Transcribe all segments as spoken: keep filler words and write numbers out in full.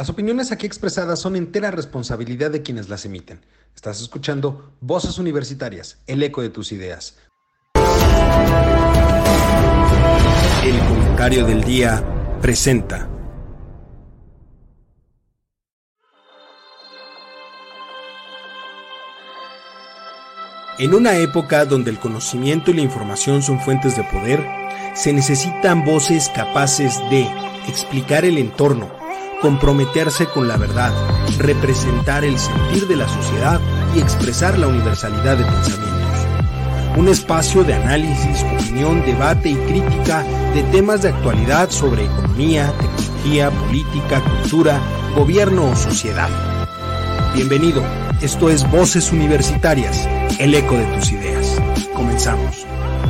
Las opiniones aquí expresadas son entera responsabilidad de quienes las emiten. Estás escuchando Voces Universitarias, el eco de tus ideas. El comentario del día presenta. En una época donde el conocimiento y la información son fuentes de poder, se necesitan voces capaces de explicar el entorno, comprometerse con la verdad, representar el sentir de la sociedad y expresar la universalidad de pensamientos. Un espacio de análisis, opinión, debate y crítica de temas de actualidad sobre economía, tecnología, política, cultura, gobierno o sociedad. Bienvenido, esto es Voces Universitarias, el eco de tus ideas. Comenzamos.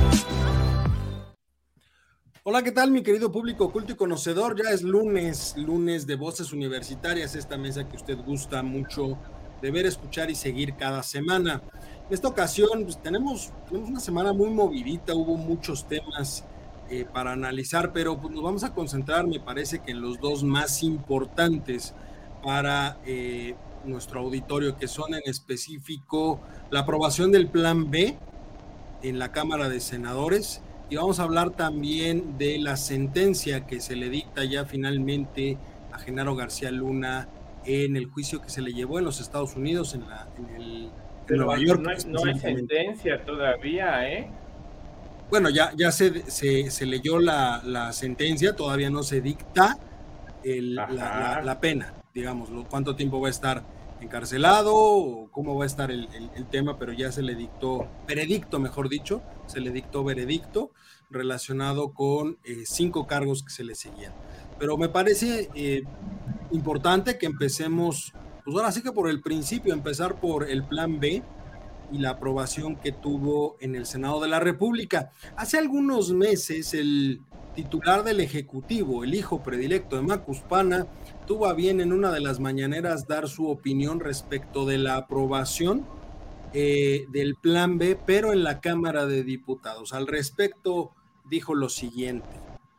Hola, ¿qué tal, mi querido público culto y conocedor? Ya es lunes, lunes de Voces Universitarias, esta mesa que usted gusta mucho de ver, escuchar y seguir cada semana. En esta ocasión, pues, tenemos, tenemos una semana muy movidita, hubo muchos temas eh, para analizar, pero pues, nos vamos a concentrar, me parece que en los dos más importantes para eh, nuestro auditorio, que son en específico la aprobación del Plan B en la Cámara de Senadores, y vamos a hablar también de la sentencia que se le dicta ya finalmente a Genaro García Luna en el juicio que se le llevó en los Estados Unidos, en, la, en, el, en Pero Nueva York no hay, no hay específicamente. sentencia todavía, ¿eh? Bueno, ya, ya se, se, se leyó la, la sentencia, todavía no se dicta el, la, la, Ajá. la pena, digamos, cuánto tiempo va a estar encarcelado o cómo va a estar el, el, el, tema, pero ya se le dictó, veredicto, mejor dicho, se le dictó veredicto relacionado con eh, cinco cargos que se le seguían. Pero me parece eh, importante que empecemos, pues ahora sí que por el principio, empezar por el Plan B y la aprobación que tuvo en el Senado de la República. Hace algunos meses el titular del Ejecutivo, el hijo predilecto de Macuspana, tuvo a bien en una de las mañaneras dar su opinión respecto de la aprobación eh, del Plan B, pero en la Cámara de Diputados. Al respecto, dijo lo siguiente.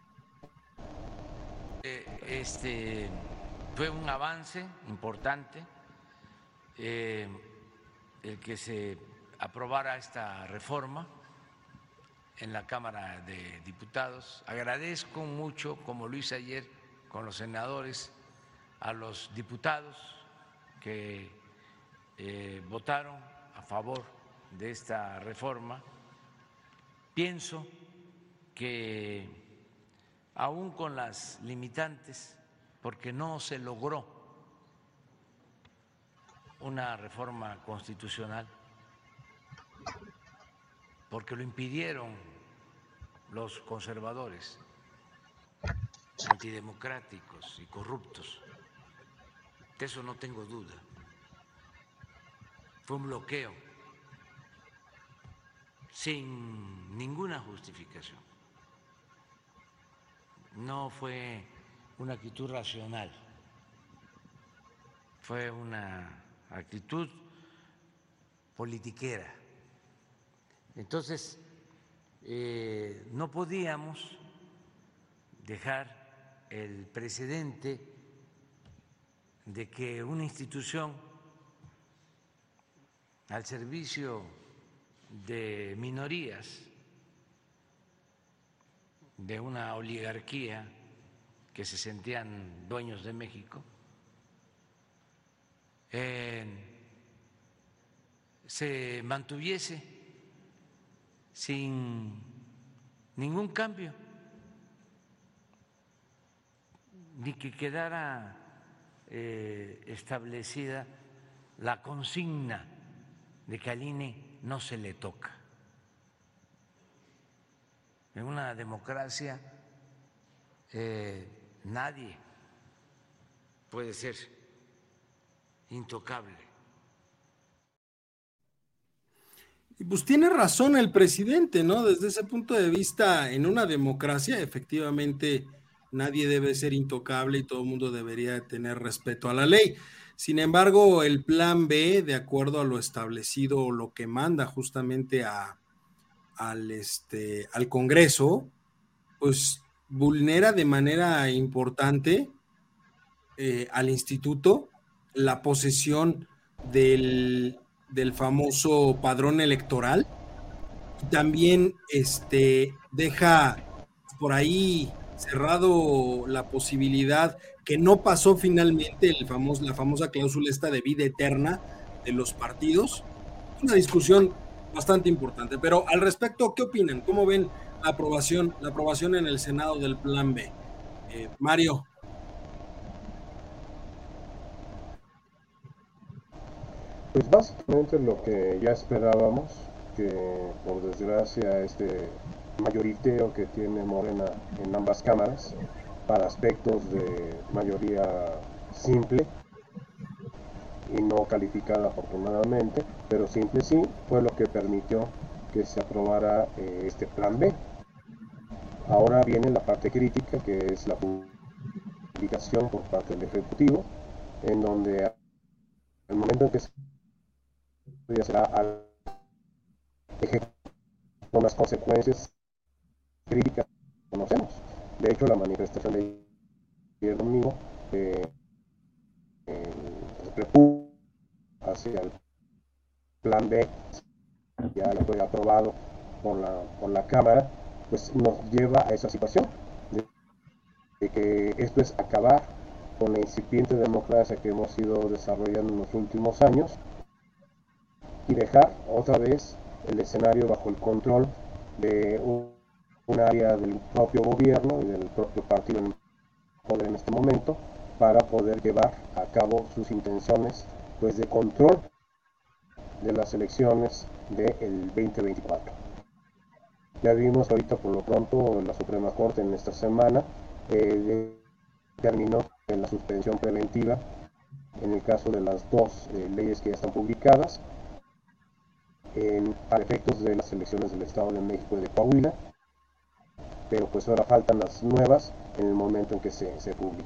Eh, este fue un avance importante eh, el que se aprobara esta reforma en la Cámara de Diputados. Agradezco mucho, como lo hice ayer con los senadores, a los diputados que eh, votaron a favor de esta reforma. Pienso que aún con las limitantes, porque no se logró una reforma constitucional, porque lo impidieron los conservadores, antidemocráticos y corruptos. De eso no tengo duda. Fue un bloqueo sin ninguna justificación. No fue una actitud racional, fue una actitud politiquera. Entonces, eh, no podíamos dejar el precedente de que una institución al servicio de minorías, de una oligarquía que se sentían dueños de México, eh, se mantuviese sin ningún cambio, ni que quedara eh, establecida la consigna de que al I N E no se le toca. En una democracia eh, nadie puede ser intocable. Y pues tiene razón el presidente, ¿no? Desde ese punto de vista, en una democracia, efectivamente, nadie debe ser intocable y todo el mundo debería tener respeto a la ley. Sin embargo, el plan B, de acuerdo a lo establecido, lo que manda justamente a, al, este, al Congreso, pues vulnera de manera importante eh, al instituto la posesión del, del famoso padrón electoral, y también este, deja por ahí cerrado la posibilidad que no pasó finalmente el famoso, la famosa cláusula esta de vida eterna de los partidos. Una discusión bastante importante, pero al respecto, ¿qué opinan? ¿Cómo ven la aprobación, la aprobación en el Senado del Plan B? Eh, Mario. Pues básicamente lo que ya esperábamos, que por desgracia este mayoriteo que tiene Morena en ambas cámaras, para aspectos de mayoría simple y no calificada afortunadamente, pero simple sí, fue lo que permitió que se aprobara eh, este Plan B. Ahora viene la parte crítica, que es la publicación por parte del Ejecutivo, en donde al momento en que se ya será al ejecutivo con las consecuencias críticas que conocemos. De hecho, la manifestación de ayer domingo eh, eh, se prepuso hacia el Plan B, ya lo fue aprobado por la, por la Cámara, pues nos lleva a esa situación de, de que esto es acabar con la incipiente democracia que hemos ido desarrollando en los últimos años y dejar otra vez el escenario bajo el control de un, un área del propio gobierno y del propio partido en poder en este momento, para poder llevar a cabo sus intenciones pues de control de las elecciones del veinte veinticuatro. Ya vimos ahorita por lo pronto la Suprema Corte en esta semana eh, terminó en la suspensión preventiva en el caso de las dos eh, leyes que ya están publicadas en, para efectos de las elecciones del Estado de México y de Coahuila, pero pues ahora faltan las nuevas en el momento en que se, se publique.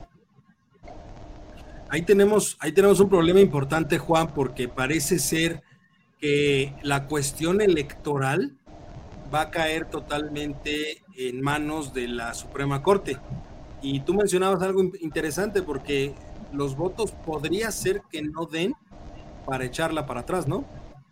Ahí tenemos, ahí tenemos un problema importante, Juan, porque parece ser que la cuestión electoral va a caer totalmente en manos de la Suprema Corte. Y tú mencionabas algo interesante, porque los votos podría ser que no den para echarla para atrás, ¿no?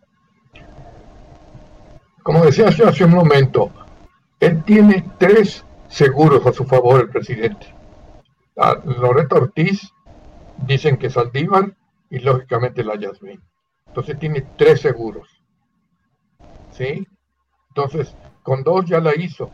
Como decía hace un momento, él tiene tres seguros a su favor, el presidente. A Loreto Ortiz, dicen que Saldívar y lógicamente la Yasmín. Entonces tiene tres seguros. ¿Sí? Entonces, con dos ya la hizo.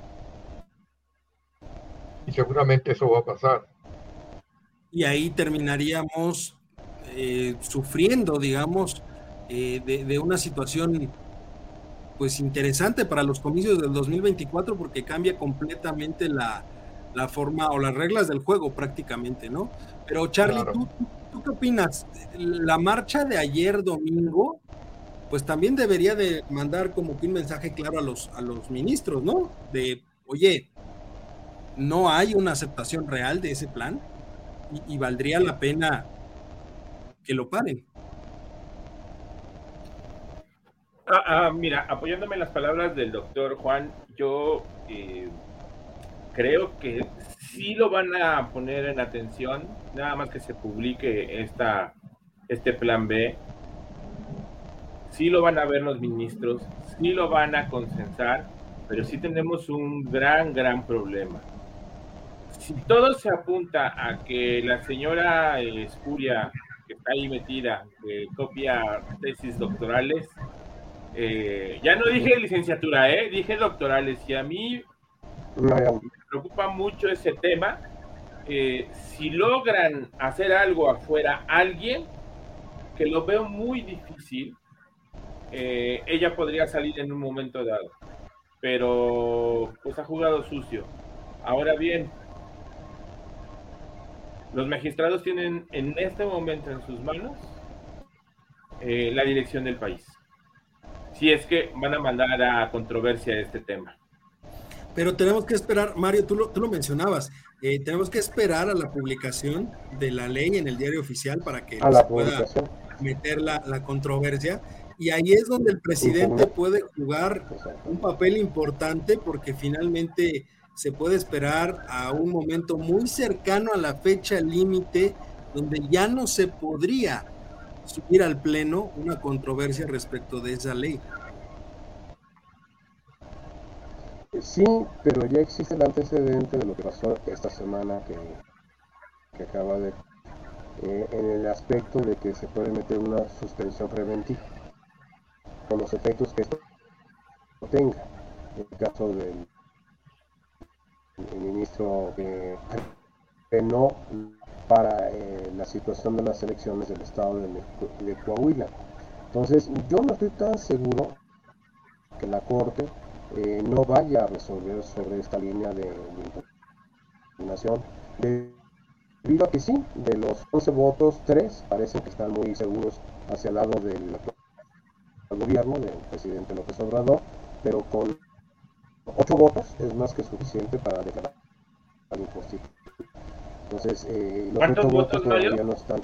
Y seguramente eso va a pasar. Y ahí terminaríamos eh, sufriendo, digamos, eh, de, de una situación pues interesante para los comicios del dos mil veinticuatro, porque cambia completamente la, la forma o las reglas del juego prácticamente, ¿no? Pero Charlie, claro. ¿tú, tú, ¿tú qué opinas? La marcha de ayer domingo, pues también debería de mandar como que un mensaje claro a los, a los ministros, ¿no? De, oye, no hay una aceptación real de ese plan y, y valdría la pena que lo paren. Ah, ah, mira, apoyándome en las palabras del doctor Juan, yo eh, creo que sí lo van a poner en atención, nada más que se publique esta, este plan B, sí lo van a ver los ministros, sí lo van a consensar, pero sí tenemos un gran, gran problema. Si todo se apunta a que la señora Espuria, que está ahí metida, que copia tesis doctorales, Eh, ya no dije licenciatura, eh, dije doctorales, y a mí me preocupa mucho ese tema. Eh, si logran hacer algo afuera, alguien, que lo veo muy difícil, eh, ella podría salir en un momento dado, pero pues ha jugado sucio. Ahora bien, los magistrados tienen en este momento en sus manos eh, la dirección del país. Si es que van a mandar a controversia este tema. Pero tenemos que esperar, Mario, tú lo, tú lo mencionabas, eh, tenemos que esperar a la publicación de la ley en el diario oficial para que se pueda meter la, la controversia, y ahí es donde el presidente puede jugar un papel importante, porque finalmente se puede esperar a un momento muy cercano a la fecha límite donde ya no se podría subir al pleno una controversia respecto de esa ley. Sí, pero ya existe el antecedente de lo que pasó esta semana que, que acaba de... Eh, en el aspecto de que se puede meter una suspensión preventiva con los efectos que esto tenga. En el caso del el ministro que frenó para eh, la situación de las elecciones del estado de, de Coahuila. Entonces, yo no estoy tan seguro que la Corte eh, no vaya a resolver sobre esta línea de, de impugnación, debido a que sí, de los once votos, tres parecen que están muy seguros hacia el lado del gobierno del presidente López Obrador, pero con ocho votos es más que suficiente para declarar inconstitucional. Entonces, eh, los ¿cuántos otros votos todavía mayor? no están.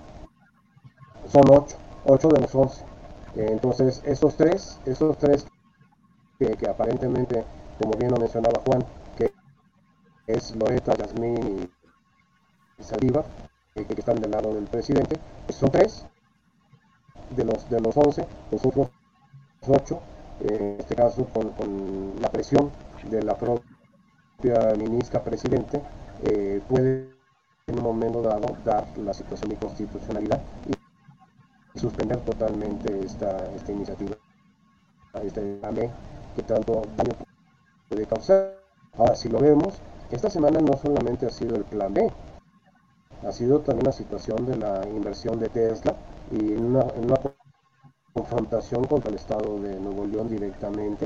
Son ocho, ocho de los once. Eh, entonces, esos tres, esos tres que, que aparentemente, como bien lo mencionaba Juan, que es Loretta, Yasmín y Saldívar, eh, que están del lado del presidente, son tres de los de los once, los otros ocho, eh, en este caso con, con la presión de la propia ministra presidente, eh, puede en un momento dado dar la situación de inconstitucionalidad y suspender totalmente esta, esta iniciativa, este ley que tanto daño puede causar. Ahora, si lo vemos, esta semana no solamente ha sido el plan B, ha sido también la situación de la inversión de Tesla y en una, en una confrontación contra el Estado de Nuevo León directamente,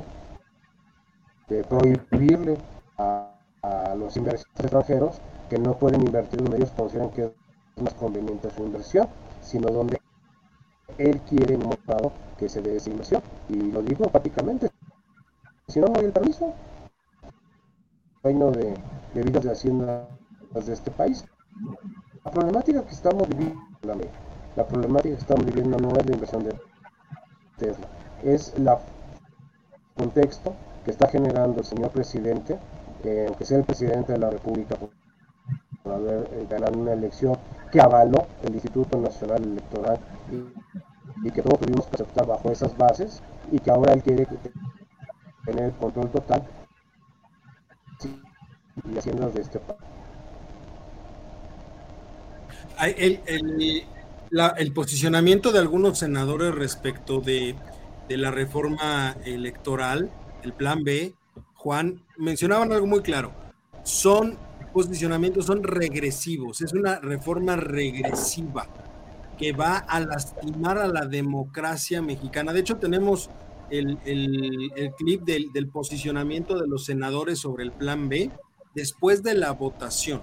de prohibirle a, a los inversores extranjeros que no pueden invertir en medios que consideran que es más conveniente su inversión, sino donde él quiere en un mercado que se dé esa inversión. Y lo digo prácticamente, si no, no hay el permiso. Reino de, de vidas de hacienda de este país. La problemática que estamos viviendo, la problemática que estamos viviendo no es la inversión de Tesla, es el contexto que está generando el señor presidente, eh, aunque sea el presidente de la República, por, por haber eh, ganado una elección que avaló el Instituto Nacional Electoral y, y que todos tuvimos que aceptar bajo esas bases, y que ahora él quiere tener el control total y haciendas de este país. El, el, la, el posicionamiento de algunos senadores respecto de, de la reforma electoral, el plan B, Juan, mencionaban algo muy claro, son posicionamientos, son regresivos, es una reforma regresiva que va a lastimar a la democracia mexicana. De hecho, tenemos el, el, el clip del, del posicionamiento de los senadores sobre el plan B después de la votación.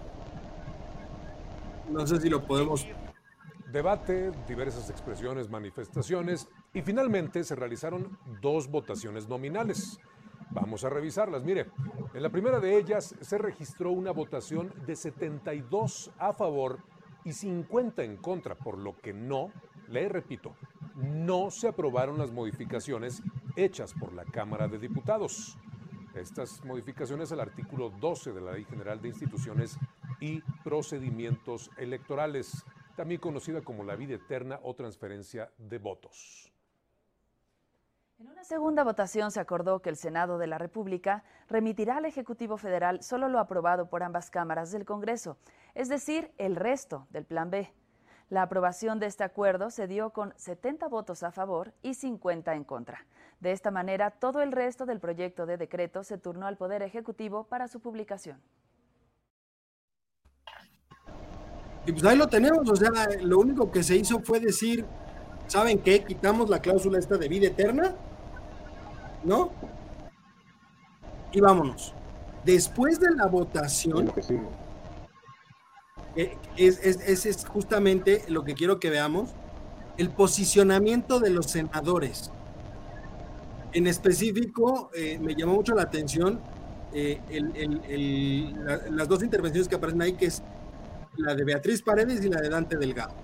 No sé si lo podemos... Debate, diversas expresiones, manifestaciones y finalmente se realizaron dos votaciones nominales. Vamos a revisarlas. Mire, en la primera de ellas se registró una votación de setenta y dos a favor y cincuenta en contra, por lo que no, le repito, no se aprobaron las modificaciones hechas por la Cámara de Diputados. Estas modificaciones al artículo doce de la Ley General de Instituciones y Procedimientos Electorales, también conocida como la vida eterna o transferencia de votos. En una segunda votación se acordó que el Senado de la República remitirá al Ejecutivo Federal solo lo aprobado por ambas cámaras del Congreso, es decir, el resto del Plan B. La aprobación de este acuerdo se dio con setenta votos a favor y cincuenta en contra. De esta manera, todo el resto del proyecto de decreto se turnó al Poder Ejecutivo para su publicación. Y pues ahí lo tenemos, o sea, lo único que se hizo fue decir, ¿saben qué? Quitamos la cláusula esta de vida eterna, ¿no? Y vámonos. Después de la votación, eh, es, es, es, es justamente lo que quiero que veamos, el posicionamiento de los senadores. En específico, eh, me llamó mucho la atención eh, el, el, el, la, las dos intervenciones que aparecen ahí, que es la de Beatriz Paredes y la de Dante Delgado.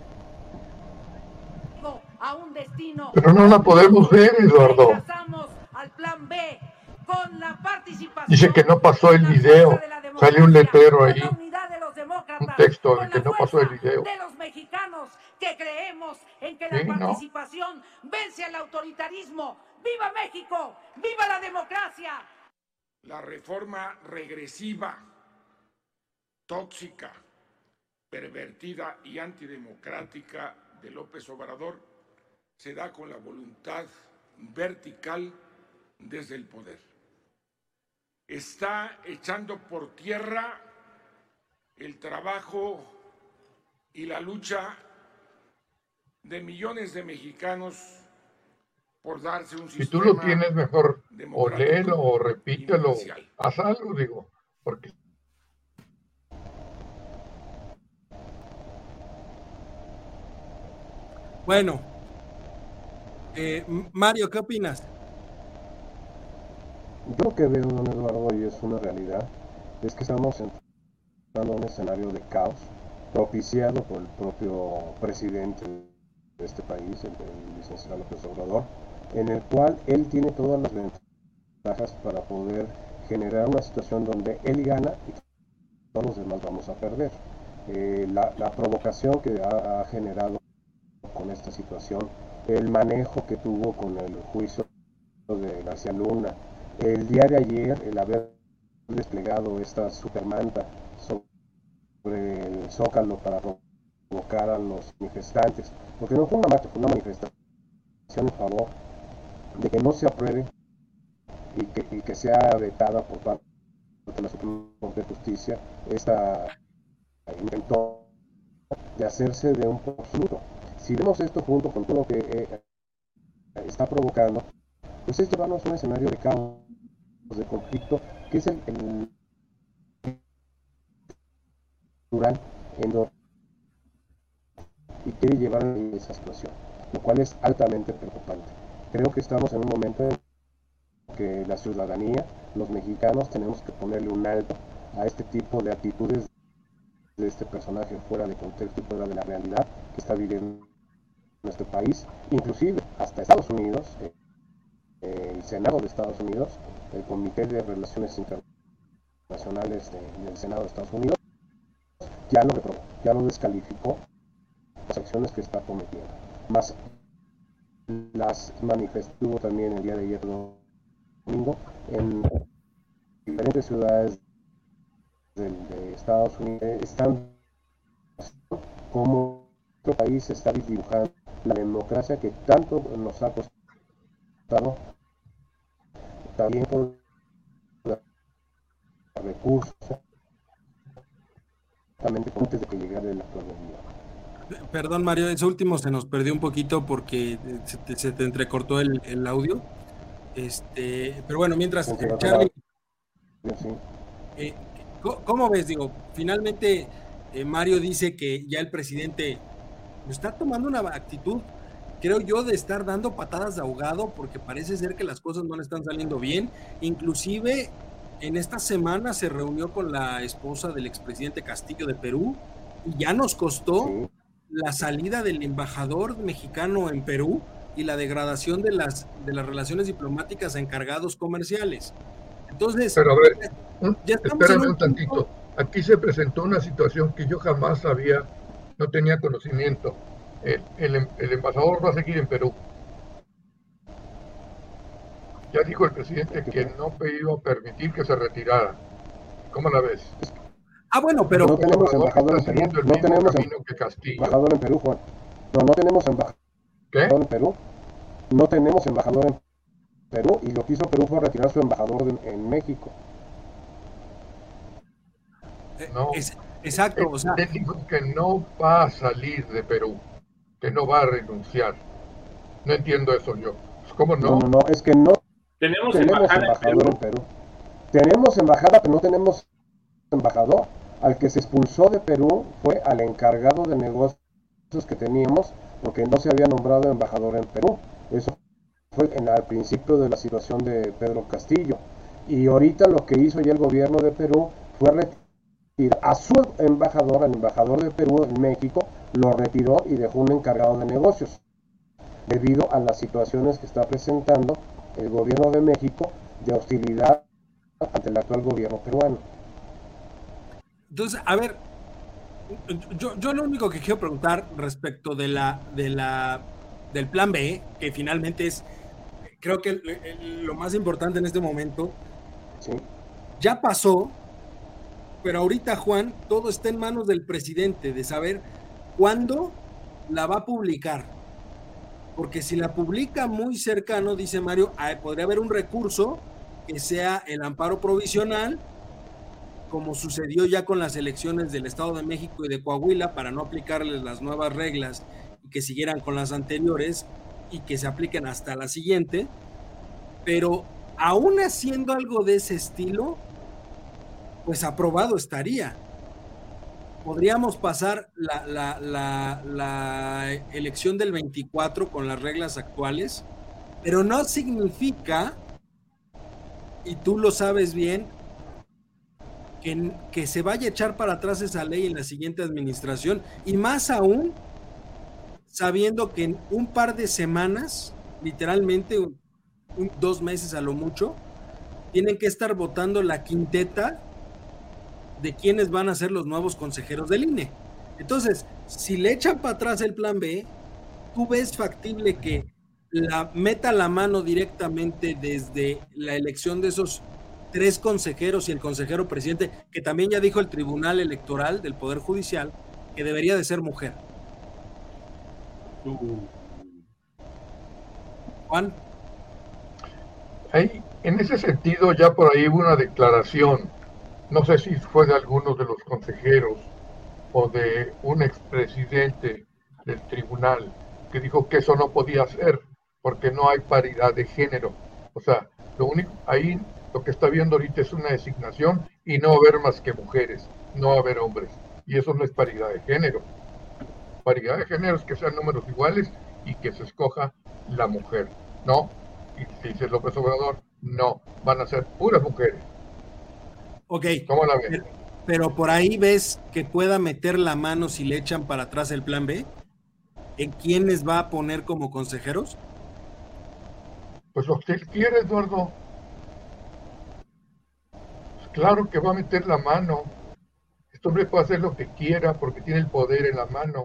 A un destino. Pero no la podemos ver, Eduardo. Pasamos al plan B con la participación. Dice que no pasó el video. Sale un letrero ahí, un texto de que no pasó el video. De los mexicanos que creemos en que la sí, participación no. vence al autoritarismo. ¡Viva México! ¡Viva la democracia! La reforma regresiva, tóxica, pervertida y antidemocrática de López Obrador se da con la voluntad vertical desde el poder. Está echando por tierra el trabajo y la lucha de millones de mexicanos por darse un sistema. Si tú lo tienes mejor, o léelo o repítelo, haz algo, digo, porque... Bueno, eh, Mario, ¿qué opinas? Yo lo que veo, don Eduardo, y es una realidad, es que estamos entrando en un escenario de caos propiciado por el propio presidente de este país, el, el licenciado López Obrador, en el cual él tiene todas las ventajas para poder generar una situación donde él gana y todos los demás vamos a perder. Eh, la, la provocación que ha, ha generado con esta situación, el manejo que tuvo con el juicio de García Luna, el día de ayer el haber desplegado esta supermanta sobre el Zócalo para provocar a los manifestantes, porque no fue una marcha, fue una manifestación en favor de que no se apruebe y que, y que sea vetada por parte de la Suprema Corte de Justicia esta intento de hacerse de un poquito. Si vemos esto junto con todo lo que eh, está provocando, pues es llevarnos a un escenario de caos, de conflicto, que es el, el rural en donde y quiere llevar a esa situación, lo cual es altamente preocupante. Creo que estamos en un momento en que la ciudadanía, los mexicanos, tenemos que ponerle un alto a este tipo de actitudes de este personaje fuera de contexto y fuera de la realidad que está viviendo nuestro país, inclusive hasta Estados Unidos, eh, eh, el Senado de Estados Unidos, el Comité de Relaciones Internacionales de, del Senado de Estados Unidos, ya lo reprobó, ya lo descalificó las acciones que está cometiendo. Más las manifestó también el día de ayer domingo en diferentes ciudades de, de Estados Unidos, están como nuestro país está dibujando la democracia que tanto nos ha costado, también por recursos, exactamente antes de que llegara el actual gobierno. Perdón, Mario, ese último se nos perdió un poquito porque se te, se te entrecortó el, el audio. Este, pero bueno, mientras eh, Charlie, eh, ¿cómo ves? Digo, finalmente eh, Mario dice que ya el presidente está tomando una actitud, creo yo, de estar dando patadas de ahogado porque parece ser que las cosas no le están saliendo bien. Inclusive en esta semana se reunió con la esposa del expresidente Castillo de Perú y ya nos costó sí. la salida del embajador mexicano en Perú y la degradación de las de las relaciones diplomáticas a encargados comerciales. Entonces, pero a ver, ya, ya espérame un, un tantito. Aquí se presentó una situación que yo jamás había, no tenía conocimiento. El, el, el embajador va a seguir en Perú. Ya dijo el presidente que no iba a permitir que se retirara. ¿Cómo la ves? Ah, bueno, pero no tenemos embajador en Perú. No tenemos embajador en Perú, Juan. No, no tenemos embajador ¿Qué? en Perú. No tenemos embajador en Perú y lo que hizo Perú fue retirar su embajador en, en México. No. Es, exacto. Él, o sea, él dijo que no va a salir de Perú, que no va a renunciar. No entiendo eso yo. ¿Cómo no? No, no, no, es que no tenemos, tenemos embajada embajador en Perú. en Perú. Tenemos embajada, pero no tenemos embajador. Al que se expulsó de Perú fue al encargado de negocios que teníamos, porque no se había nombrado embajador en Perú. Eso fue en, al principio de la situación de Pedro Castillo. Y ahorita lo que hizo ya el gobierno de Perú fue retirar a su embajador, al embajador de Perú en México, lo retiró y dejó un encargado de negocios. Debido a las situaciones que está presentando el gobierno de México de hostilidad ante el actual gobierno peruano. Entonces, a ver, yo, yo lo único que quiero preguntar respecto de la, de la, del plan B, que finalmente es, creo que el, el, lo más importante en este momento, ¿sí? Ya pasó, pero ahorita, Juan, todo está en manos del presidente, de saber cuándo la va a publicar. Porque si la publica muy cercano, dice Mario, podría haber un recurso que sea el amparo provisional, como sucedió ya con las elecciones del Estado de México y de Coahuila, para no aplicarles las nuevas reglas y que siguieran con las anteriores y que se apliquen hasta la siguiente. Pero aún haciendo algo de ese estilo, pues aprobado estaría. Podríamos pasar la, la, la, la elección del veinticuatro con las reglas actuales, pero no significa, y tú lo sabes bien, que, que se vaya a echar para atrás esa ley en la siguiente administración, y más aún sabiendo que en un par de semanas, literalmente un, un, dos meses a lo mucho, tienen que estar votando la quinteta de quiénes van a ser los nuevos consejeros del I N E. Entonces, si le echan para atrás el plan B, ¿tú ves factible que la meta la mano directamente desde la elección de esos tres consejeros y el consejero presidente, que también ya dijo el Tribunal Electoral del Poder Judicial que debería de ser mujer? Juan. Ahí, en ese sentido, ya por ahí hubo una declaración, no sé si fue de algunos de los consejeros o de un expresidente del tribunal, que dijo que eso no podía ser porque no hay paridad de género. O sea, lo único, ahí lo que está viendo ahorita es una designación y no haber más que mujeres, no haber hombres. Y eso no es paridad de género. Paridad de género es que sean números iguales y que se escoja la mujer. No, y dice López Obrador, no, van a ser puras mujeres. Ok, ¿Cómo la ves? Pero, pero por ahí ves que pueda meter la mano si le echan para atrás el plan B. ¿En quiénes va a poner como consejeros? Pues lo que él quiere, Eduardo. Pues claro que va a meter la mano. Este hombre puede hacer lo que quiera porque tiene el poder en la mano.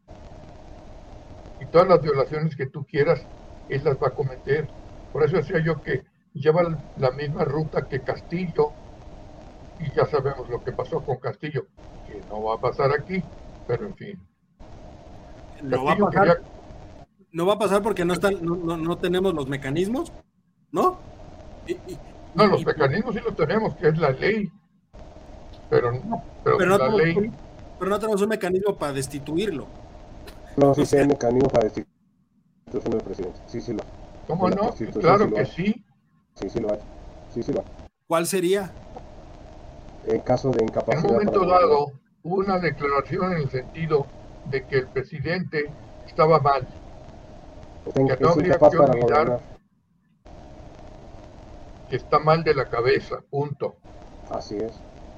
Y todas las violaciones que tú quieras, él las va a cometer. Por eso decía yo que lleva la misma ruta que Castillo. Y ya sabemos lo que pasó con Castillo, que no va a pasar aquí, pero en fin. No va a pasar, quería... no va a pasar porque no, están, no, no, no tenemos los mecanismos, ¿no? Y, y, no, los y, mecanismos sí los tenemos, que es la ley. Pero, pero, pero, no la tenemos, ley... pero no tenemos un mecanismo para destituirlo. No, sí, sí hay mecanismo para destitución del presidente. Sí, sí lo hay. ¿Cómo no? Claro sí que sí. Sí, sí lo hay. Sí, sí lo hay. ¿Cuál sería? En caso de incapacidad. En un momento dado, hubo una declaración en el sentido de que el presidente estaba mal. Que, que no habría que olvidar que está mal de la cabeza, punto. Así es.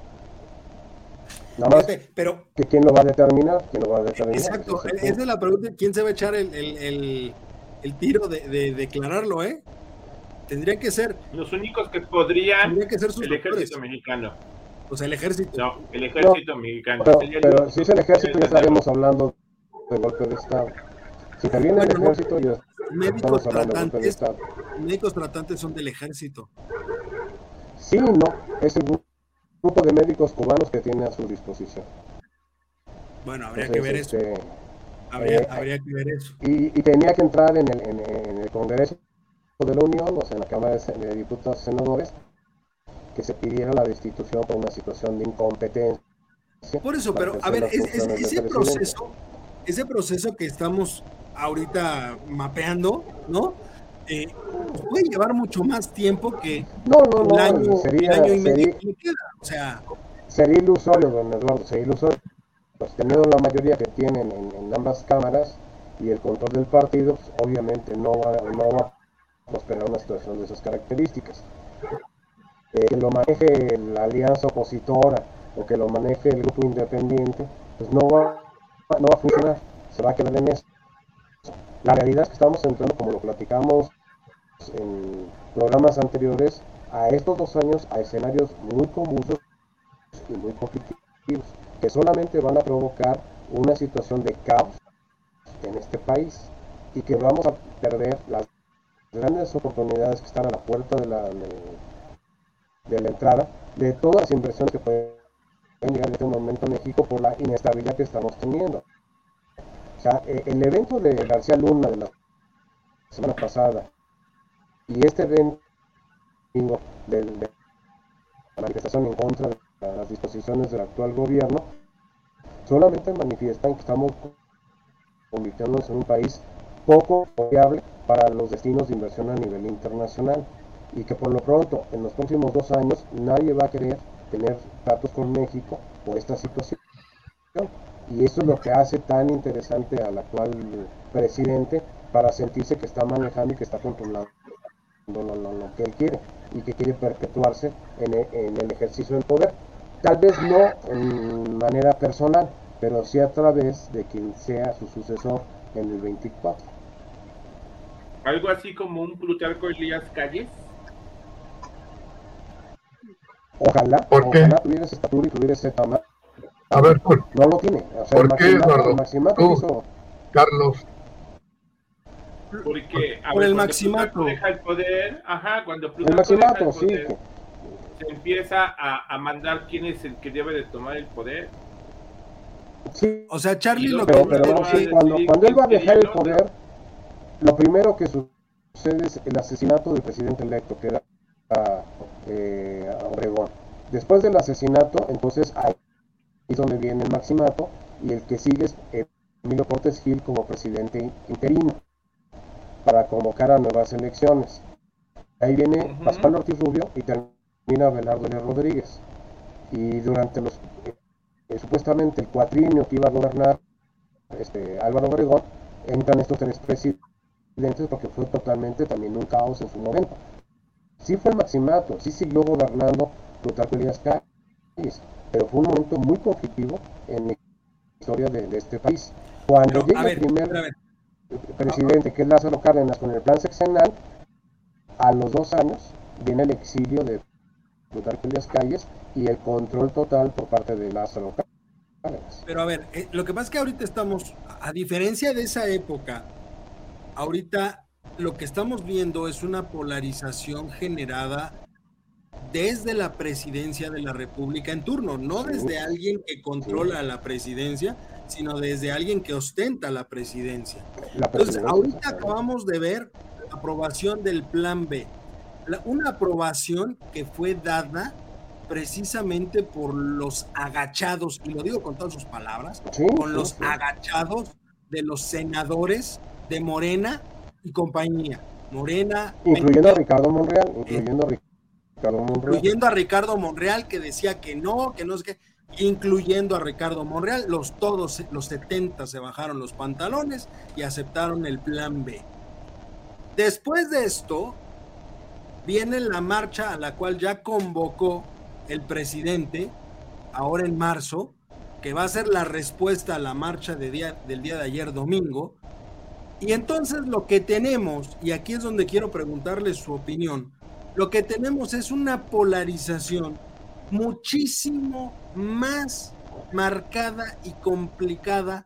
Nada más, pero, que ¿quién lo va a determinar? ¿Quién lo va a determinar? Exacto, esa es la pregunta, ¿quién se va a echar el, el, el, el tiro de, de declararlo, eh? Tendría que ser... Los únicos que podrían... Tendría que ser sus el doctores. Ejército mexicano. O sea, el ejército. No, el ejército no, mexicano. Pero, pero si es el ejército, ya estaríamos hablando de golpe de Estado. Si te viene bueno, el ejército, ya médicos tratantes, de médicos tratantes son del ejército. Sí, no, es el grupo de médicos cubanos que tiene a su disposición. Bueno, habría Entonces, que ver este, eso. Habría, eh, habría que ver eso. Y, y tenía que entrar en el, en, en el Congreso de la Unión, o sea, en la Cámara de, de Diputados y Senadores, que se pidiera la destitución por una situación de incompetencia. Por eso, pero a ver, es, es, ese proceso, ese proceso que estamos ahorita mapeando, ¿no? Eh, puede llevar mucho más tiempo que no, no, no, el año, sería, el año y medio sería, que queda. O sea, sería ilusorio, don Eduardo, sería ilusorio. Pues teniendo la mayoría que tienen en, en ambas cámaras y el control del partido, pues, obviamente no va, no va a prosperar una situación de esas características. Eh, que lo maneje la alianza opositora o que lo maneje el grupo independiente, pues no va, no va a funcionar, se va a quedar en eso. La realidad es que estamos entrando, como lo platicamos en programas anteriores, a estos dos años a escenarios muy convulsos y muy conflictivos, que solamente van a provocar una situación de caos en este país y que vamos a perder las grandes oportunidades que están a la puerta de la, de, de la entrada de todas las inversiones que pueden llegar en este momento a México por la inestabilidad que estamos teniendo. O sea, el evento de García Luna de la semana pasada y este evento de, de la manifestación en contra de las disposiciones del actual gobierno solamente manifiestan que estamos convirtiéndonos en un país poco confiable para los destinos de inversión a nivel internacional y que por lo pronto en los próximos dos años nadie va a querer tener tratos con México por esta situación. Y eso es lo que hace tan interesante al actual presidente para sentirse que está manejando y que está controlando lo, lo, lo que él quiere y que quiere perpetuarse en el, en el ejercicio del poder. Tal vez no en manera personal, pero sí a través de quien sea su sucesor en el veinticuatro. Algo así como un Plutarco Elías Calles. Ojalá, ¿Por qué? ojalá tuviera ese estatura y tuviera ese tamaño. A ver, ¿por, no lo tiene. O sea, ¿por qué, Eduardo? Tú, hizo... Carlos. Porque a por ver, el cuando maximato. Plutarco deja el poder, ajá, cuando El Plutarco maximato, deja el sí. poder, Que... se empieza a, a mandar quién es el que debe de tomar el poder. Sí. O sea, Charlie lo Pero, que... pero no, sí, cuando, cuando él va a dejar el poder, lo primero que sucede es el asesinato del presidente electo, que era eh, Obregón. Después del asesinato, entonces ahí es donde viene el maximato, y el que sigue es Emilio Portes Gil como presidente interino para convocar a nuevas elecciones. Ahí viene uh-huh. Pascual Ortiz Rubio y termina Abelardo L. Rodríguez. Y durante los eh, supuestamente el cuatrienio que iba a gobernar este, Álvaro Obregón, entran estos tres presidentes porque fue totalmente también un caos en su momento. Sí fue el maximato, sí siguió gobernando Plutarco Elías Calles, pero fue un momento muy conflictivo en la historia de, de este país. Cuando pero, llega ver, el primer presidente, ah, que es Lázaro Cárdenas, con el plan sexenal, a los dos años viene el exilio de Plutarco Elías Calles y el control total por parte de Lázaro Cárdenas. Pero a ver, eh, lo que pasa es que ahorita estamos, a diferencia de esa época, ahorita lo que estamos viendo es una polarización generada desde la presidencia de la República en turno, no desde alguien que controla la presidencia, sino desde alguien que ostenta la presidencia. La presidencia. Entonces, ahorita acabamos de ver la aprobación del Plan B, la, una aprobación que fue dada precisamente por los agachados, y lo digo con todas sus palabras, sí, con sí, los sí. agachados de los senadores de Morena y compañía. Morena, incluyendo a Ricardo Monreal, incluyendo eh, a Ricardo Monreal. Incluyendo a Ricardo Monreal, que decía que no, que no es que, incluyendo a Ricardo Monreal, los todos, los setenta se bajaron los pantalones y aceptaron el Plan B. Después de esto, viene la marcha a la cual ya convocó el presidente, ahora en marzo, que va a ser la respuesta a la marcha de día, del día de ayer domingo. Y entonces lo que tenemos, y aquí es donde quiero preguntarle su opinión, lo que tenemos es una polarización muchísimo más marcada y complicada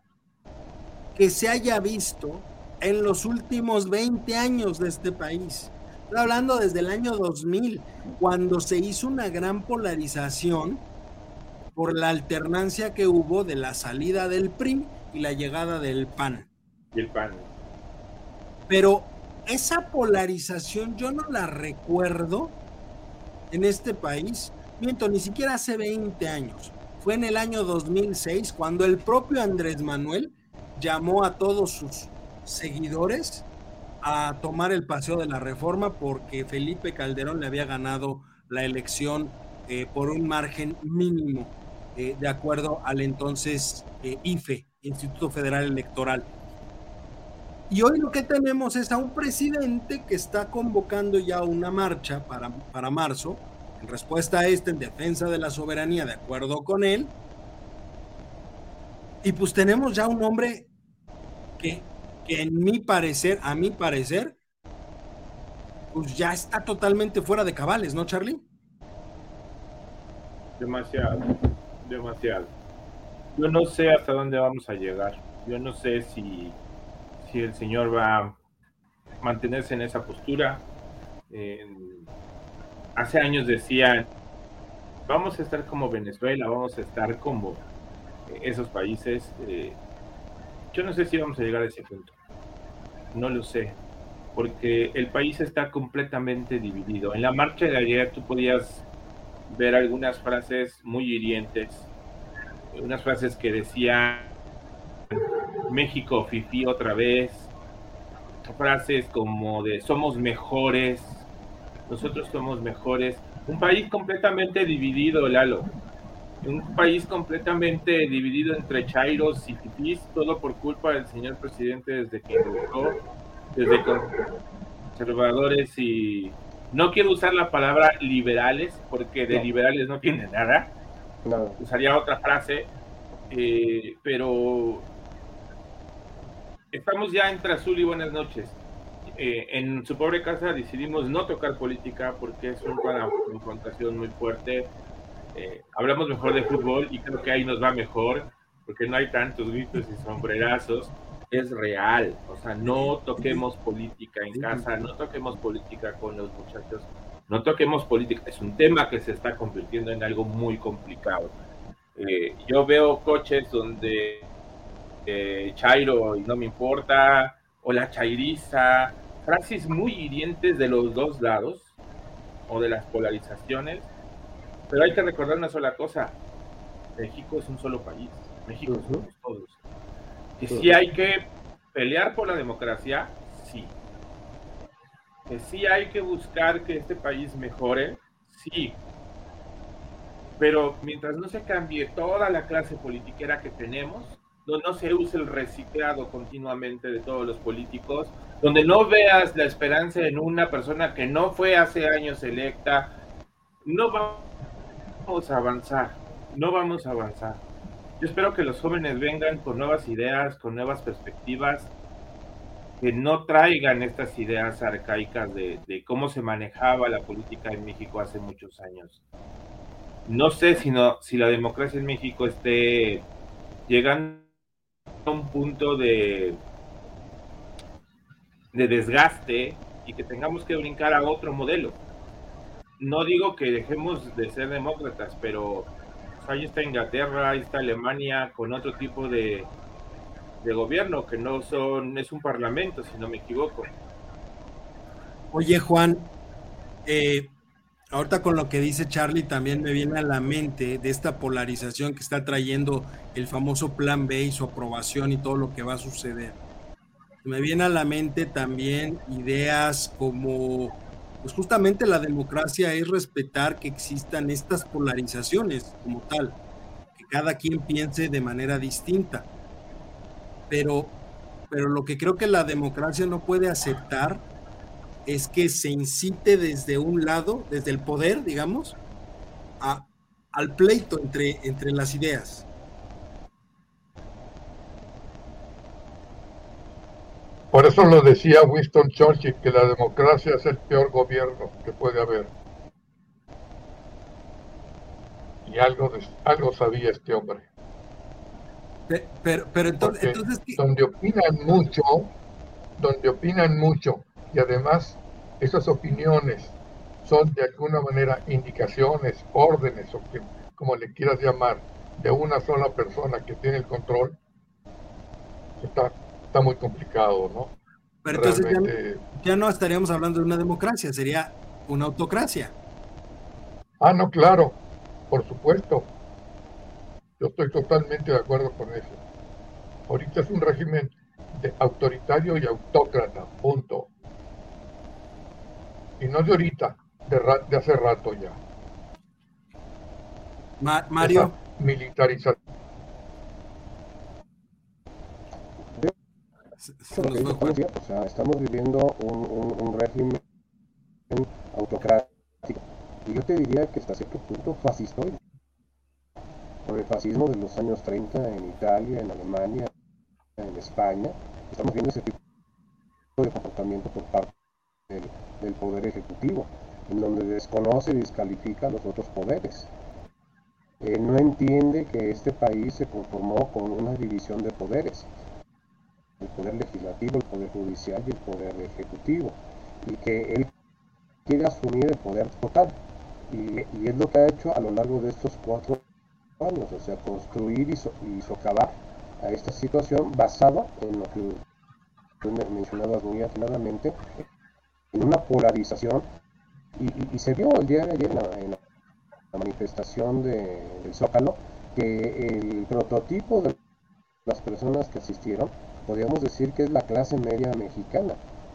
que se haya visto en los últimos veinte años de este país. Estoy hablando desde el año dos mil, cuando se hizo una gran polarización por la alternancia que hubo de la salida del P R I y la llegada del P A N. Y el P A N. Pero esa polarización yo no la recuerdo en este país, miento, ni siquiera hace veinte años. Fue en el año dos mil seis cuando el propio Andrés Manuel llamó a todos sus seguidores a tomar el paseo de la Reforma porque Felipe Calderón le había ganado la elección eh, por un margen mínimo, eh, de acuerdo al entonces eh, I F E, Instituto Federal Electoral. Y hoy lo que tenemos es a un presidente que está convocando ya una marcha para, para marzo, en respuesta a esta, en defensa de la soberanía, de acuerdo con él. Y pues tenemos ya un hombre que, que en mi parecer, a mi parecer, pues ya está totalmente fuera de cabales, ¿no, Charlie? Demasiado, demasiado. Yo no sé hasta dónde vamos a llegar. Yo no sé si, si el señor va a mantenerse en esa postura. Eh, hace años decían, vamos a estar como Venezuela, vamos a estar como esos países. Eh, yo no sé si vamos a llegar a ese punto. No lo sé, porque el país está completamente dividido. En la marcha de ayer tú podías ver algunas frases muy hirientes, unas frases que decían México fifí otra vez, frases como de somos mejores, nosotros somos mejores. Un país completamente dividido, Lalo. Un país completamente dividido entre chairos y fifís, todo por culpa del señor presidente desde que ingresó, desde conservadores y... No quiero usar la palabra liberales, porque de no. liberales no tiene nada. No. Usaría otra frase, eh, pero estamos ya entre azul y buenas noches. Eh, en su pobre casa decidimos no tocar política porque es una confrontación muy fuerte. Eh, hablamos mejor de fútbol y creo que ahí nos va mejor, porque no hay tantos gritos y sombrerazos. Es real, o sea, no toquemos política en casa, no toquemos política con los muchachos, no toquemos política, es un tema que se está convirtiendo en algo muy complicado. Eh, yo veo coches donde eh, Chairo y no me importa, o la chairiza, frases muy hirientes de los dos lados, o de las polarizaciones, pero hay que recordar una sola cosa, México es un solo país, México uh-huh. somos todos. Que sí hay que pelear por la democracia, sí. Que sí hay que buscar que este país mejore, sí. Pero mientras no se cambie toda la clase politiquera que tenemos, donde no se use el reciclado continuamente de todos los políticos, donde no veas la esperanza en una persona que no fue hace años electa, no vamos a avanzar, no vamos a avanzar. Yo espero que los jóvenes vengan con nuevas ideas, con nuevas perspectivas, que no traigan estas ideas arcaicas de, de cómo se manejaba la política en México hace muchos años. No sé si, no, si la democracia en México esté llegando a un punto de, de desgaste y que tengamos que brincar a otro modelo. No digo que dejemos de ser demócratas, pero ahí está Inglaterra, ahí está Alemania, con otro tipo de, de gobierno, que no son, es un parlamento, si no me equivoco. Oye, Juan, eh, ahorita con lo que dice Charlie también me viene a la mente de esta polarización que está trayendo el famoso Plan B y su aprobación y todo lo que va a suceder. Me viene a la mente también ideas como... Pues justamente la democracia es respetar que existan estas polarizaciones como tal, que cada quien piense de manera distinta. Pero, pero lo que creo que la democracia no puede aceptar es que se incite desde un lado, desde el poder, digamos, a, al pleito entre, entre las ideas. Por eso lo decía Winston Churchill, que la democracia es el peor gobierno que puede haber. Y algo, de, algo sabía este hombre. Pero, pero, pero entonces... entonces ¿qué? Donde opinan mucho, donde opinan mucho, y además esas opiniones son de alguna manera indicaciones, órdenes, o que, como le quieras llamar, de una sola persona que tiene el control, está... está muy complicado, ¿no? Pero entonces Realmente... ya, ya no estaríamos hablando de una democracia, sería una autocracia. Ah, no, claro, por supuesto. Yo estoy totalmente de acuerdo con eso. Ahorita es un régimen de autoritario y autócrata, punto. Y no de ahorita, de, ra de hace rato ya. Ma Mario. Esa militarización. O sea, estamos viviendo un, un, un régimen autocrático, y yo te diría que hasta cierto punto fascistoide, por el fascismo de los años treinta en Italia, en Alemania, en España. Estamos viendo ese tipo de comportamiento por parte del, del Poder Ejecutivo, en donde desconoce y descalifica a los otros poderes. Eh, no entiende que este país se conformó con una división de poderes, el Poder Legislativo, el Poder Judicial y el Poder Ejecutivo, y que él quiere asumir el poder total, y, y es lo que ha hecho a lo largo de estos cuatro años, o sea, construir y, so, y socavar a esta situación basada en lo que tú mencionabas muy atinadamente, en una polarización, y, y, y se vio el día de ayer en la, en la manifestación de, del Zócalo, que el prototipo de las personas que asistieron, podríamos decir que es la clase media mexicana.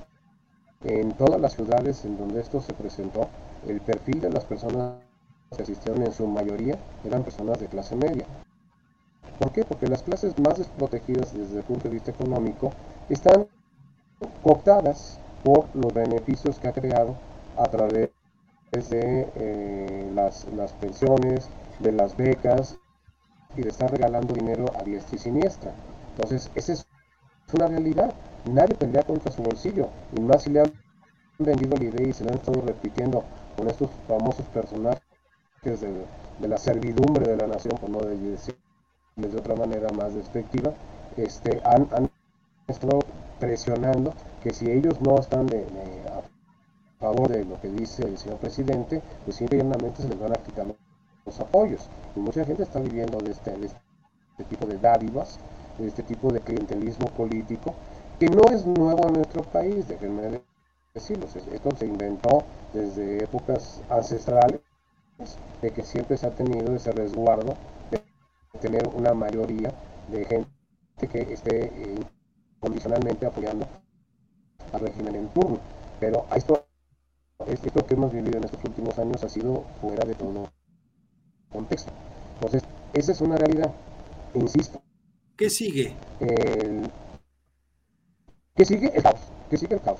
En todas las ciudades en donde esto se presentó, el perfil de las personas que asistieron en su mayoría eran personas de clase media. ¿Por qué? Porque las clases más desprotegidas desde el punto de vista económico están cooptadas por los beneficios que ha creado a través de eh, las, las pensiones, de las becas y de estar regalando dinero a diestra y siniestra. Entonces, esa es una realidad. Nadie pelea contra su bolsillo, y más si le han vendido la idea y se la han estado repitiendo con estos famosos personajes de, de la servidumbre de la nación, por no decirles de otra manera más despectiva. Este, han, han estado presionando que si ellos no están de, de, a favor de lo que dice el señor presidente, pues simplemente se les van a quitar los, los apoyos, y mucha gente está viviendo de este, de este tipo de dádivas, de este tipo de clientelismo político, que no es nuevo en nuestro país, déjenme decirlo. Esto se inventó desde épocas ancestrales, de que siempre se ha tenido ese resguardo de tener una mayoría de gente que esté eh, incondicionalmente apoyando al régimen en turno. Pero esto, esto que hemos vivido en estos últimos años ha sido fuera de todo contexto. Entonces, esa es una realidad. Insisto. ¿Qué sigue? El, ¿Qué sigue? El caos. ¿Qué sigue? El caos.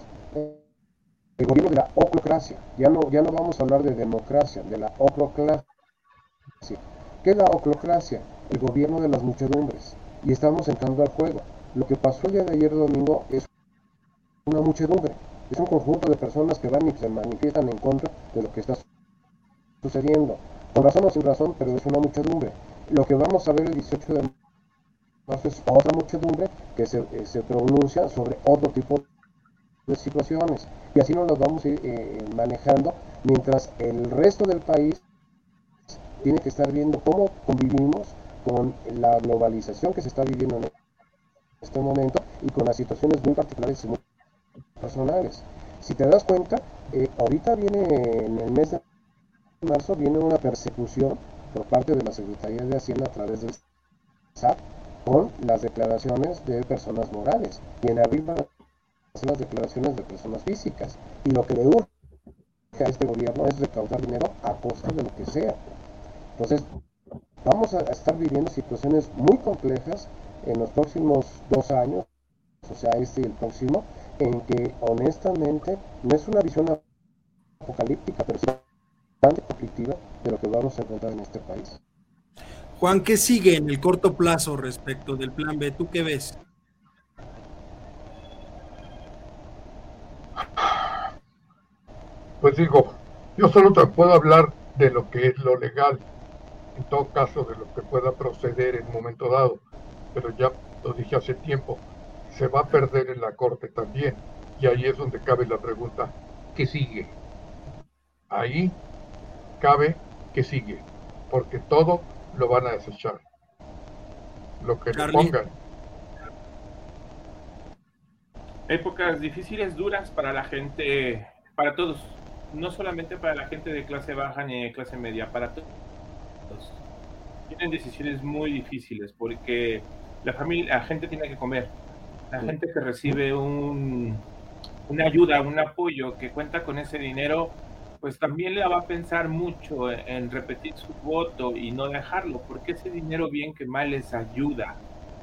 El gobierno de la oclocracia. Ya no, ya no vamos a hablar de democracia, de la oclocracia. ¿Qué es la oclocracia? El gobierno de las muchedumbres. Y estamos entrando al juego. Lo que pasó el día de ayer domingo es una muchedumbre. Es un conjunto de personas que van y se manifiestan en contra de lo que está sucediendo. Con razón o sin razón, pero es una muchedumbre. Lo que vamos a ver el dieciocho de marzo es otra muchedumbre que se, eh, se pronuncia sobre otro tipo de situaciones. Y así nos las vamos a ir eh, manejando, mientras el resto del país tiene que estar viendo cómo convivimos con la globalización que se está viviendo en este momento y con las situaciones muy particulares y muy personales. Si te das cuenta, eh, ahorita viene en el mes de marzo viene una persecución por parte de la Secretaría de Hacienda a través del S A T con las declaraciones de personas morales, y en abril van a hacer las declaraciones de personas físicas, y lo que le urge a este gobierno es recaudar dinero a costa de lo que sea. Entonces vamos a estar viviendo situaciones muy complejas en los próximos dos años, o sea, este y el próximo, en que honestamente no es una visión apocalíptica, pero sí bastante conflictiva de lo que vamos a encontrar en este país. Juan, ¿qué sigue en el corto plazo respecto del plan B? ¿Tú qué ves? Pues digo, yo solo te puedo hablar de lo que es lo legal, en todo caso de lo que pueda proceder en un momento dado, pero ya lo dije hace tiempo, se va a perder en la corte también, y ahí es donde cabe la pregunta, ¿qué sigue? Ahí cabe ¿qué sigue? Porque todo lo van a desechar, lo que le pongan. Épocas difíciles, duras para la gente, para todos, no solamente para la gente de clase baja ni de clase media, para todos. Tienen decisiones muy difíciles porque la familia, la gente tiene que comer, la gente que recibe un, una ayuda, un apoyo, que cuenta con ese dinero, pues también le va a pensar mucho en, en repetir su voto y no dejarlo, porque ese dinero bien que mal les ayuda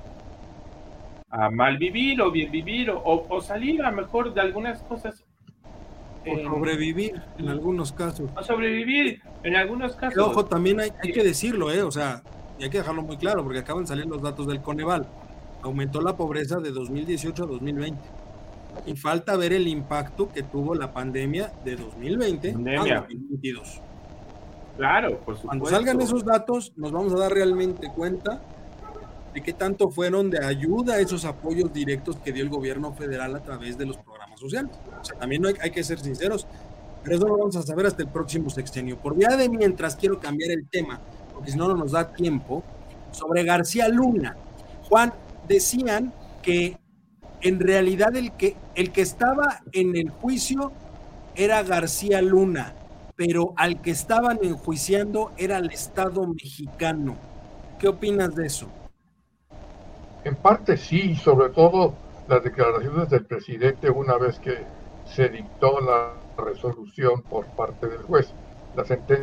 a mal vivir o bien vivir o, o salir a mejor de algunas cosas. O eh, sobrevivir en algunos casos. O sobrevivir en algunos casos. Pero, ojo, también hay, hay que decirlo, ¿eh? O sea, y hay que dejarlo muy claro, porque acaban de salir los datos del Coneval. Aumentó la pobreza de dos mil dieciocho a dos mil veinte. y falta ver el impacto que tuvo la pandemia de dos mil veinte Pandemia. a dos mil veintidós. Claro, por supuesto. Cuando salgan esos datos, nos vamos a dar realmente cuenta de qué tanto fueron de ayuda a esos apoyos directos que dio el gobierno federal a través de los programas sociales. O sea, también hay, hay que ser sinceros, pero eso lo vamos a saber hasta el próximo sexenio. Por vía de mientras, quiero cambiar el tema, porque si no, no nos da tiempo, sobre García Luna. Juan, decían que en realidad el que, el que estaba en el juicio era García Luna, pero al que estaban enjuiciando era el Estado mexicano. ¿Qué opinas de eso? En parte sí, sobre todo las declaraciones del presidente una vez que se dictó la resolución por parte del juez. La sentencia.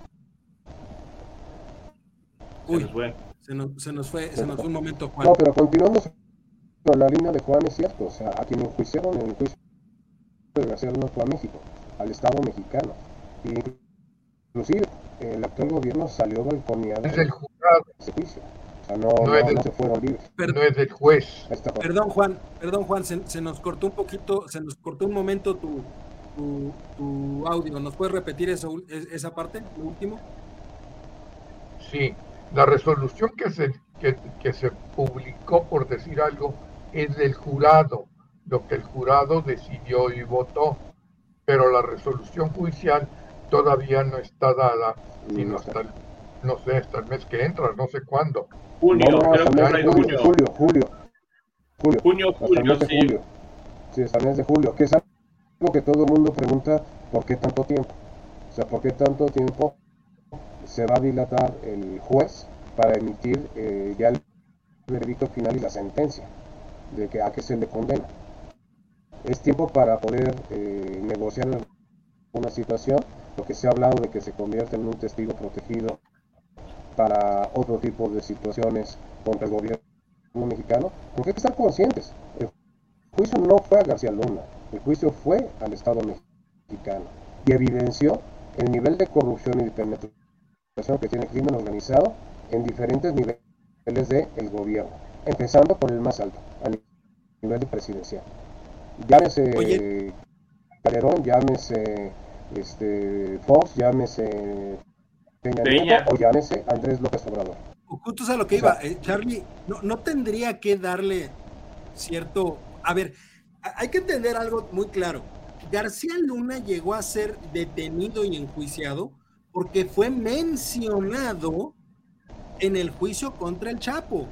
Uy, se nos, se nos fue, se nos fue un momento, Juan. No, pero continuamos con la línea de Juan, es cierto. O sea, a quien enjuiciaron en el juicio de García Luna fue a México, al Estado mexicano. Y inclusive el actual gobierno salió balconeado es el jurado de ese juicio. O sea, no, no, no, es del, no se fueron libres. Per- no es del juez. Perdón, Juan, perdón, Juan, se, se nos cortó un poquito, se nos cortó un momento tu, tu, tu audio. ¿Nos puedes repetir eso, esa parte, lo último? Sí, la resolución que se, que, que se publicó, por decir algo, es del jurado, lo que el jurado decidió y votó, pero la resolución judicial todavía no está dada, sino hasta el, no sé, hasta el mes que entra, no sé cuándo. Junio, no, no, creo que hasta el mes, junio. julio, julio, julio, Junio, hasta julio, el mes de sí. julio. Sí, hasta el mes de julio, que es algo que todo el mundo pregunta, ¿por qué tanto tiempo? O sea, ¿por qué tanto tiempo se va a dilatar el juez para emitir eh, ya el veredicto final y la sentencia de que a qué se le condena? Es tiempo para poder eh, negociar una situación, lo que se ha hablado de que se convierte en un testigo protegido para otro tipo de situaciones contra el gobierno mexicano, porque hay que estar conscientes, el juicio no fue a García Luna, el juicio fue al Estado mexicano y evidenció el nivel de corrupción y de penetración que tiene el crimen organizado en diferentes niveles del gobierno, empezando por el más alto, a nivel de presidencial. Llámese Oye. Calderón, llámese este, Fox, llámese Peña, Peña. Nieto, o llámese Andrés López Obrador. Justo a lo que iba, eh, Charlie, no, no tendría que darle cierto... A ver, hay que entender algo muy claro. García Luna llegó a ser detenido y enjuiciado porque fue mencionado en el juicio contra el Chapo.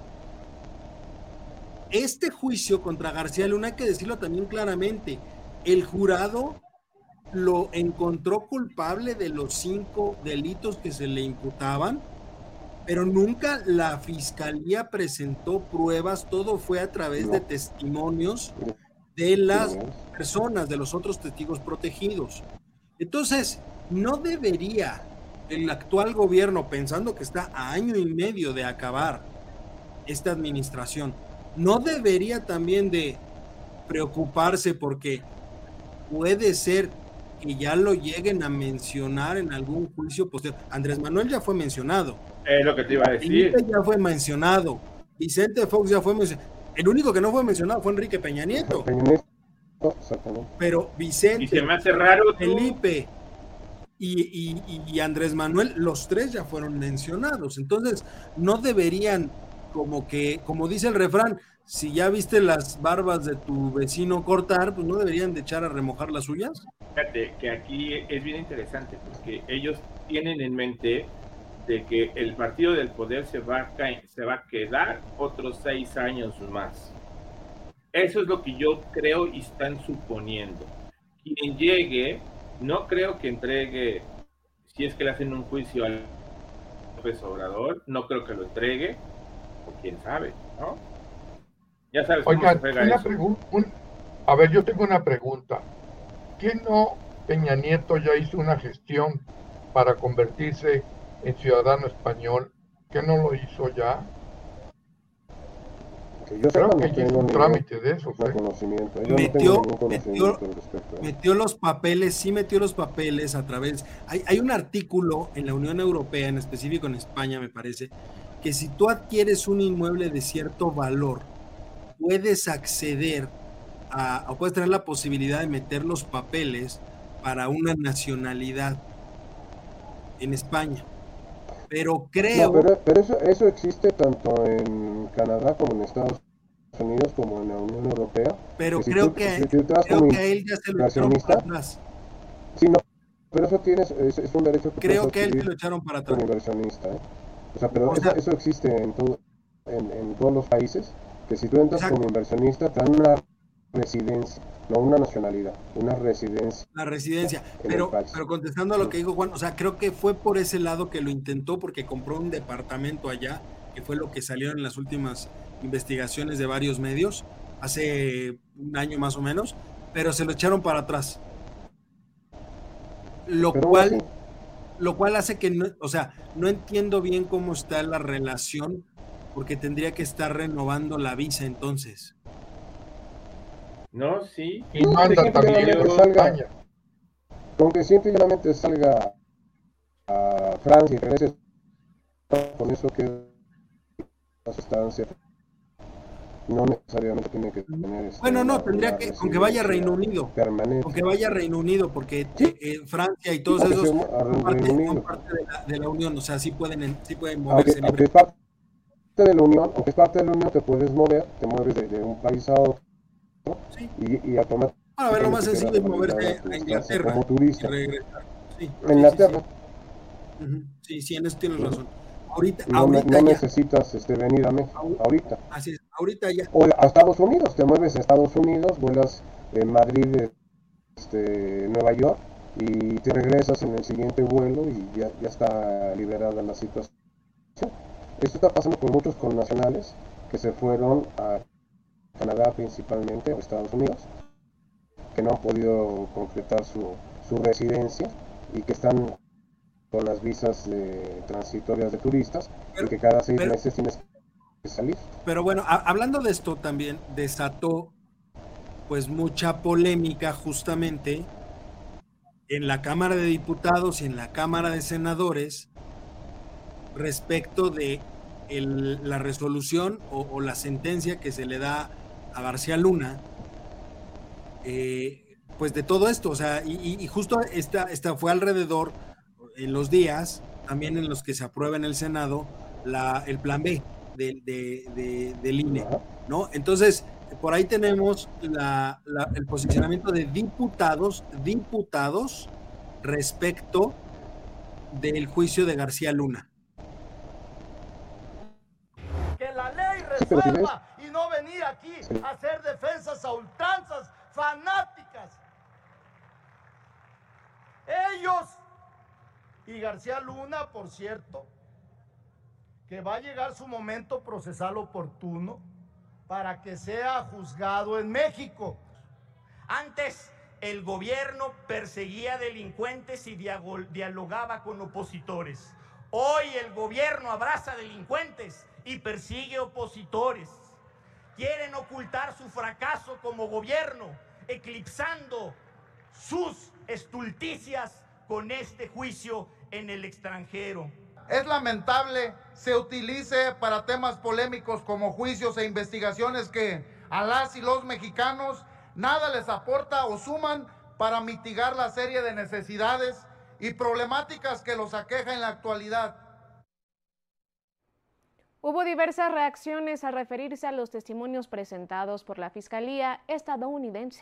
Este juicio contra García Luna, hay que decirlo también claramente, el jurado lo encontró culpable de los cinco delitos que se le imputaban, pero nunca la fiscalía presentó pruebas, todo fue a través de testimonios de las personas, de los otros testigos protegidos. Entonces, no debería el actual gobierno, pensando que está a año y medio de acabar esta administración, no debería también de preocuparse porque puede ser que ya lo lleguen a mencionar en algún juicio posterior. Andrés Manuel ya fue mencionado. Es lo que te iba a decir. Felipe ya fue mencionado. Vicente Fox ya fue mencionado. El único que no fue mencionado fue Enrique Peña Nieto. Peña Nieto, exactamente. Pero Vicente, y se me hace raro, Felipe y, y, y Andrés Manuel, los tres ya fueron mencionados. Entonces, no deberían, como que, como dice el refrán, si ya viste las barbas de tu vecino cortar, pues no deberían de echar a remojar las suyas. Fíjate que aquí es bien interesante porque ellos tienen en mente de que el partido del poder se va a, se va a quedar otros seis años más. Eso es lo que yo creo y están suponiendo. Quien llegue, no creo que entregue, si es que le hacen un juicio al López Obrador, no creo que lo entregue, o quién sabe, ¿no? Ya sabes cómo Oigan, se pega una eso. Pregun- un, a ver, yo tengo una pregunta. ¿Qué no Peña Nieto ya hizo una gestión para convertirse en ciudadano español? ¿Qué no lo hizo ya? Que yo Creo no que ya hizo un trámite de eso. ¿eh? Conocimiento. Yo Metió, no tengo conocimiento metió, al respecto, ¿eh? metió los papeles, sí metió los papeles a través... Hay, hay un artículo en la Unión Europea, en específico en España, me parece, que si tú adquieres un inmueble de cierto valor, puedes acceder a, o puedes tener la posibilidad de meter los papeles para una nacionalidad en España. Pero creo... No, pero, pero eso, eso existe tanto en Canadá como en Estados Unidos como en la Unión Europea. Pero que creo, si tú, que, si tú creo que a él ya se lo echaron para atrás. Sí, no, pero eso tienes, es, es un derecho que creo que a él se lo echaron para atrás. Como inversionista, ¿eh? O sea, pero o sea, eso, eso existe en, todo, en, en todos los países, que si tú entras exacto. como inversionista te dan una residencia, no una nacionalidad, una residencia. La residencia, pero, pero contestando a lo que dijo Juan, o sea, creo que fue por ese lado que lo intentó, porque compró un departamento allá, que fue lo que salió en las últimas investigaciones de varios medios, hace un año más o menos, pero se lo echaron para atrás. Lo pero cual, sí. lo cual hace que, no, o sea, no entiendo bien cómo está la relación, porque tendría que estar renovando la visa entonces. No, sí. Y no, manda también que salga, con que simplemente salga a Francia y regrese, con eso que la sustancia no necesariamente tiene que tener este, bueno no tendría que aunque vaya a Reino Unido permanente. aunque vaya a Reino Unido porque ¿sí? eh, Francia y todos sí, esos son parte, son parte de, la, de la Unión, o sea sí pueden sí pueden moverse aunque, aunque es parte de la Unión aunque es parte de la Unión te puedes mover te mueves de, de un país a otro sí. y, y automáticamente a ver lo más sencillo es moverse a Inglaterra como turista y regresar sí, Inglaterra sí, sí, sí. sí, sí en eso tienes sí. razón. Ahorita, no, ahorita no ya. necesitas este, venir a México, ahorita. Así es, ahorita ya. O a Estados Unidos, te mueves a Estados Unidos, vuelas en Madrid, este, Nueva York, y te regresas en el siguiente vuelo y ya, ya está liberada la situación. Esto está pasando con muchos connacionales que se fueron a Canadá principalmente, o Estados Unidos, que no han podido concretar su, su residencia y que están con las visas de, transitorias de turistas pero, y que cada seis pero, meses tienes que salir. Pero bueno, a, hablando de esto también desató pues mucha polémica justamente en la Cámara de Diputados y en la Cámara de Senadores respecto de el, la resolución o, o la sentencia que se le da a García Luna eh, pues de todo esto, o sea, y, y justo esta, esta fue alrededor en los días también en los que se aprueba en el Senado la, el plan B de, de, de, del I N E, ¿no? Entonces, por ahí tenemos la, la, el posicionamiento de diputados, diputados respecto del juicio de García Luna. Que la ley resuelva y no venir aquí a hacer defensas a ultranzas fanáticas. Ellos y García Luna, por cierto, que va a llegar su momento procesal oportuno para que sea juzgado en México. Antes, el gobierno perseguía delincuentes y dialogaba con opositores. Hoy el gobierno abraza delincuentes y persigue opositores. Quieren ocultar su fracaso como gobierno, eclipsando sus estulticias con este juicio en el extranjero. Es lamentable se utilice para temas polémicos como juicios e investigaciones que a las y los mexicanos nada les aporta o suman para mitigar la serie de necesidades y problemáticas que los aqueja en la actualidad. Hubo diversas reacciones al referirse a los testimonios presentados por la Fiscalía estadounidense.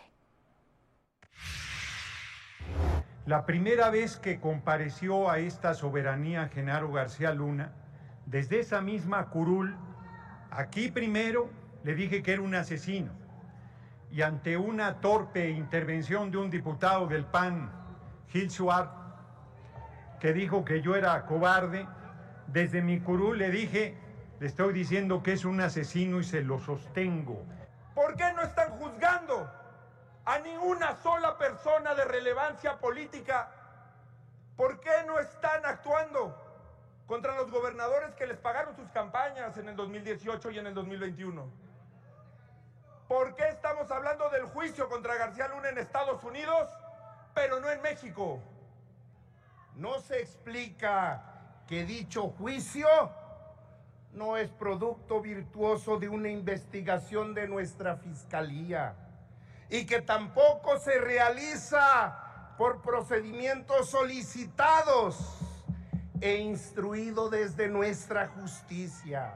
La primera vez que compareció a esta soberanía Genaro García Luna, desde esa misma curul, aquí primero le dije que era un asesino, y ante una torpe intervención de un diputado del P A N, Gil Suárez, que dijo que yo era cobarde, desde mi curul le dije, le estoy diciendo que es un asesino y se lo sostengo. ¿Por qué no están juzgando a ninguna sola persona de relevancia política? ¿Por qué no están actuando contra los gobernadores que les pagaron sus campañas en el dos mil dieciocho y en el dos mil veintiuno? ¿Por qué estamos hablando del juicio contra García Luna en Estados Unidos, pero no en México? No se explica que dicho juicio no es producto virtuoso de una investigación de nuestra Fiscalía y que tampoco se realiza por procedimientos solicitados e instruido desde nuestra justicia.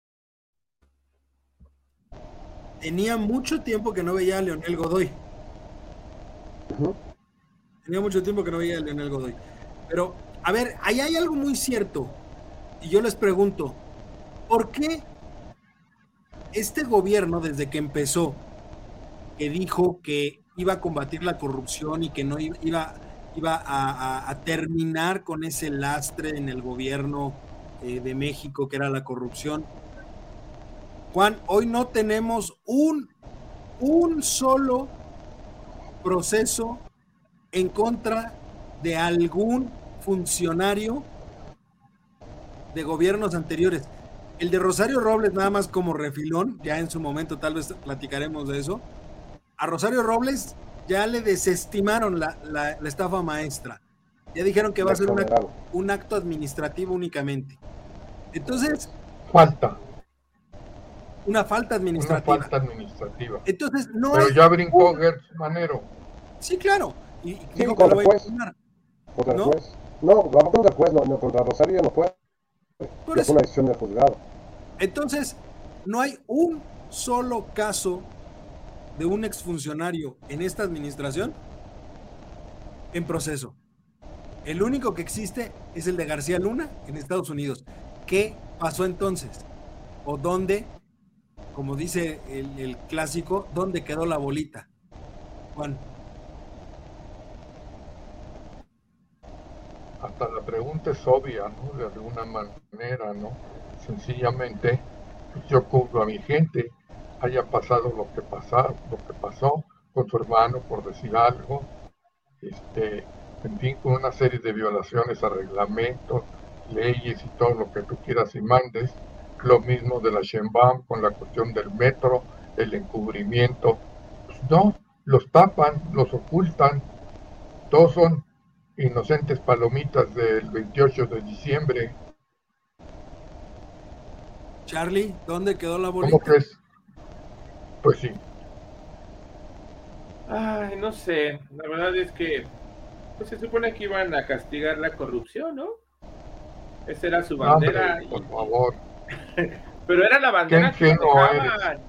Tenía mucho tiempo que no veía a Leonel Godoy. Uh-huh. Tenía mucho tiempo que no veía a Leonel Godoy. Pero, a ver, ahí hay algo muy cierto. Y yo les pregunto, ¿por qué este gobierno, desde que empezó, que dijo que iba a combatir la corrupción y que no iba, iba, iba a, a, a terminar con ese lastre en el gobierno eh, de México, que era la corrupción? Juan, hoy no tenemos un, un solo proceso en contra de algún funcionario de gobiernos anteriores. El de Rosario Robles, nada más como refilón, ya en su momento tal vez platicaremos de eso. A Rosario Robles ya le desestimaron la, la, la estafa maestra. Ya dijeron que va a ser una, un acto administrativo únicamente. Entonces... Falta. Una falta administrativa. Una falta administrativa. Entonces, no Pero hay ya brincó un... Gertz Manero. Sí, claro. Y, sí, digo contra que el juez. Contra ¿No? el juez. No, vamos contra el juez, no, no, contra Rosario no fue. Por es una decisión del juzgado. Entonces, no hay un solo caso de un exfuncionario en esta administración en proceso. El único que existe es el de García Luna en Estados Unidos. ¿Qué pasó entonces? ¿O dónde, como dice el, el clásico, dónde quedó la bolita? Juan. Hasta la pregunta es obvia, ¿no? De alguna manera, ¿no? Sencillamente, pues yo cubro a mi gente, haya pasado lo que pasó, lo que pasó con su hermano, por decir algo, este, en fin, con una serie de violaciones a reglamentos, leyes y todo lo que tú quieras y mandes. Lo mismo de la Sheinbaum con la cuestión del metro, el encubrimiento. Pues no, los tapan, los ocultan, todos son inocentes palomitas del veintiocho de diciembre. Charlie, ¿dónde quedó la bolita? ¿Cómo crees? Pues sí. Ay, no sé, la verdad es que pues se supone que iban a castigar la corrupción, ¿no? Esa era su bandera. Hombre, por favor. Pero era la bandera que manejaban. eres.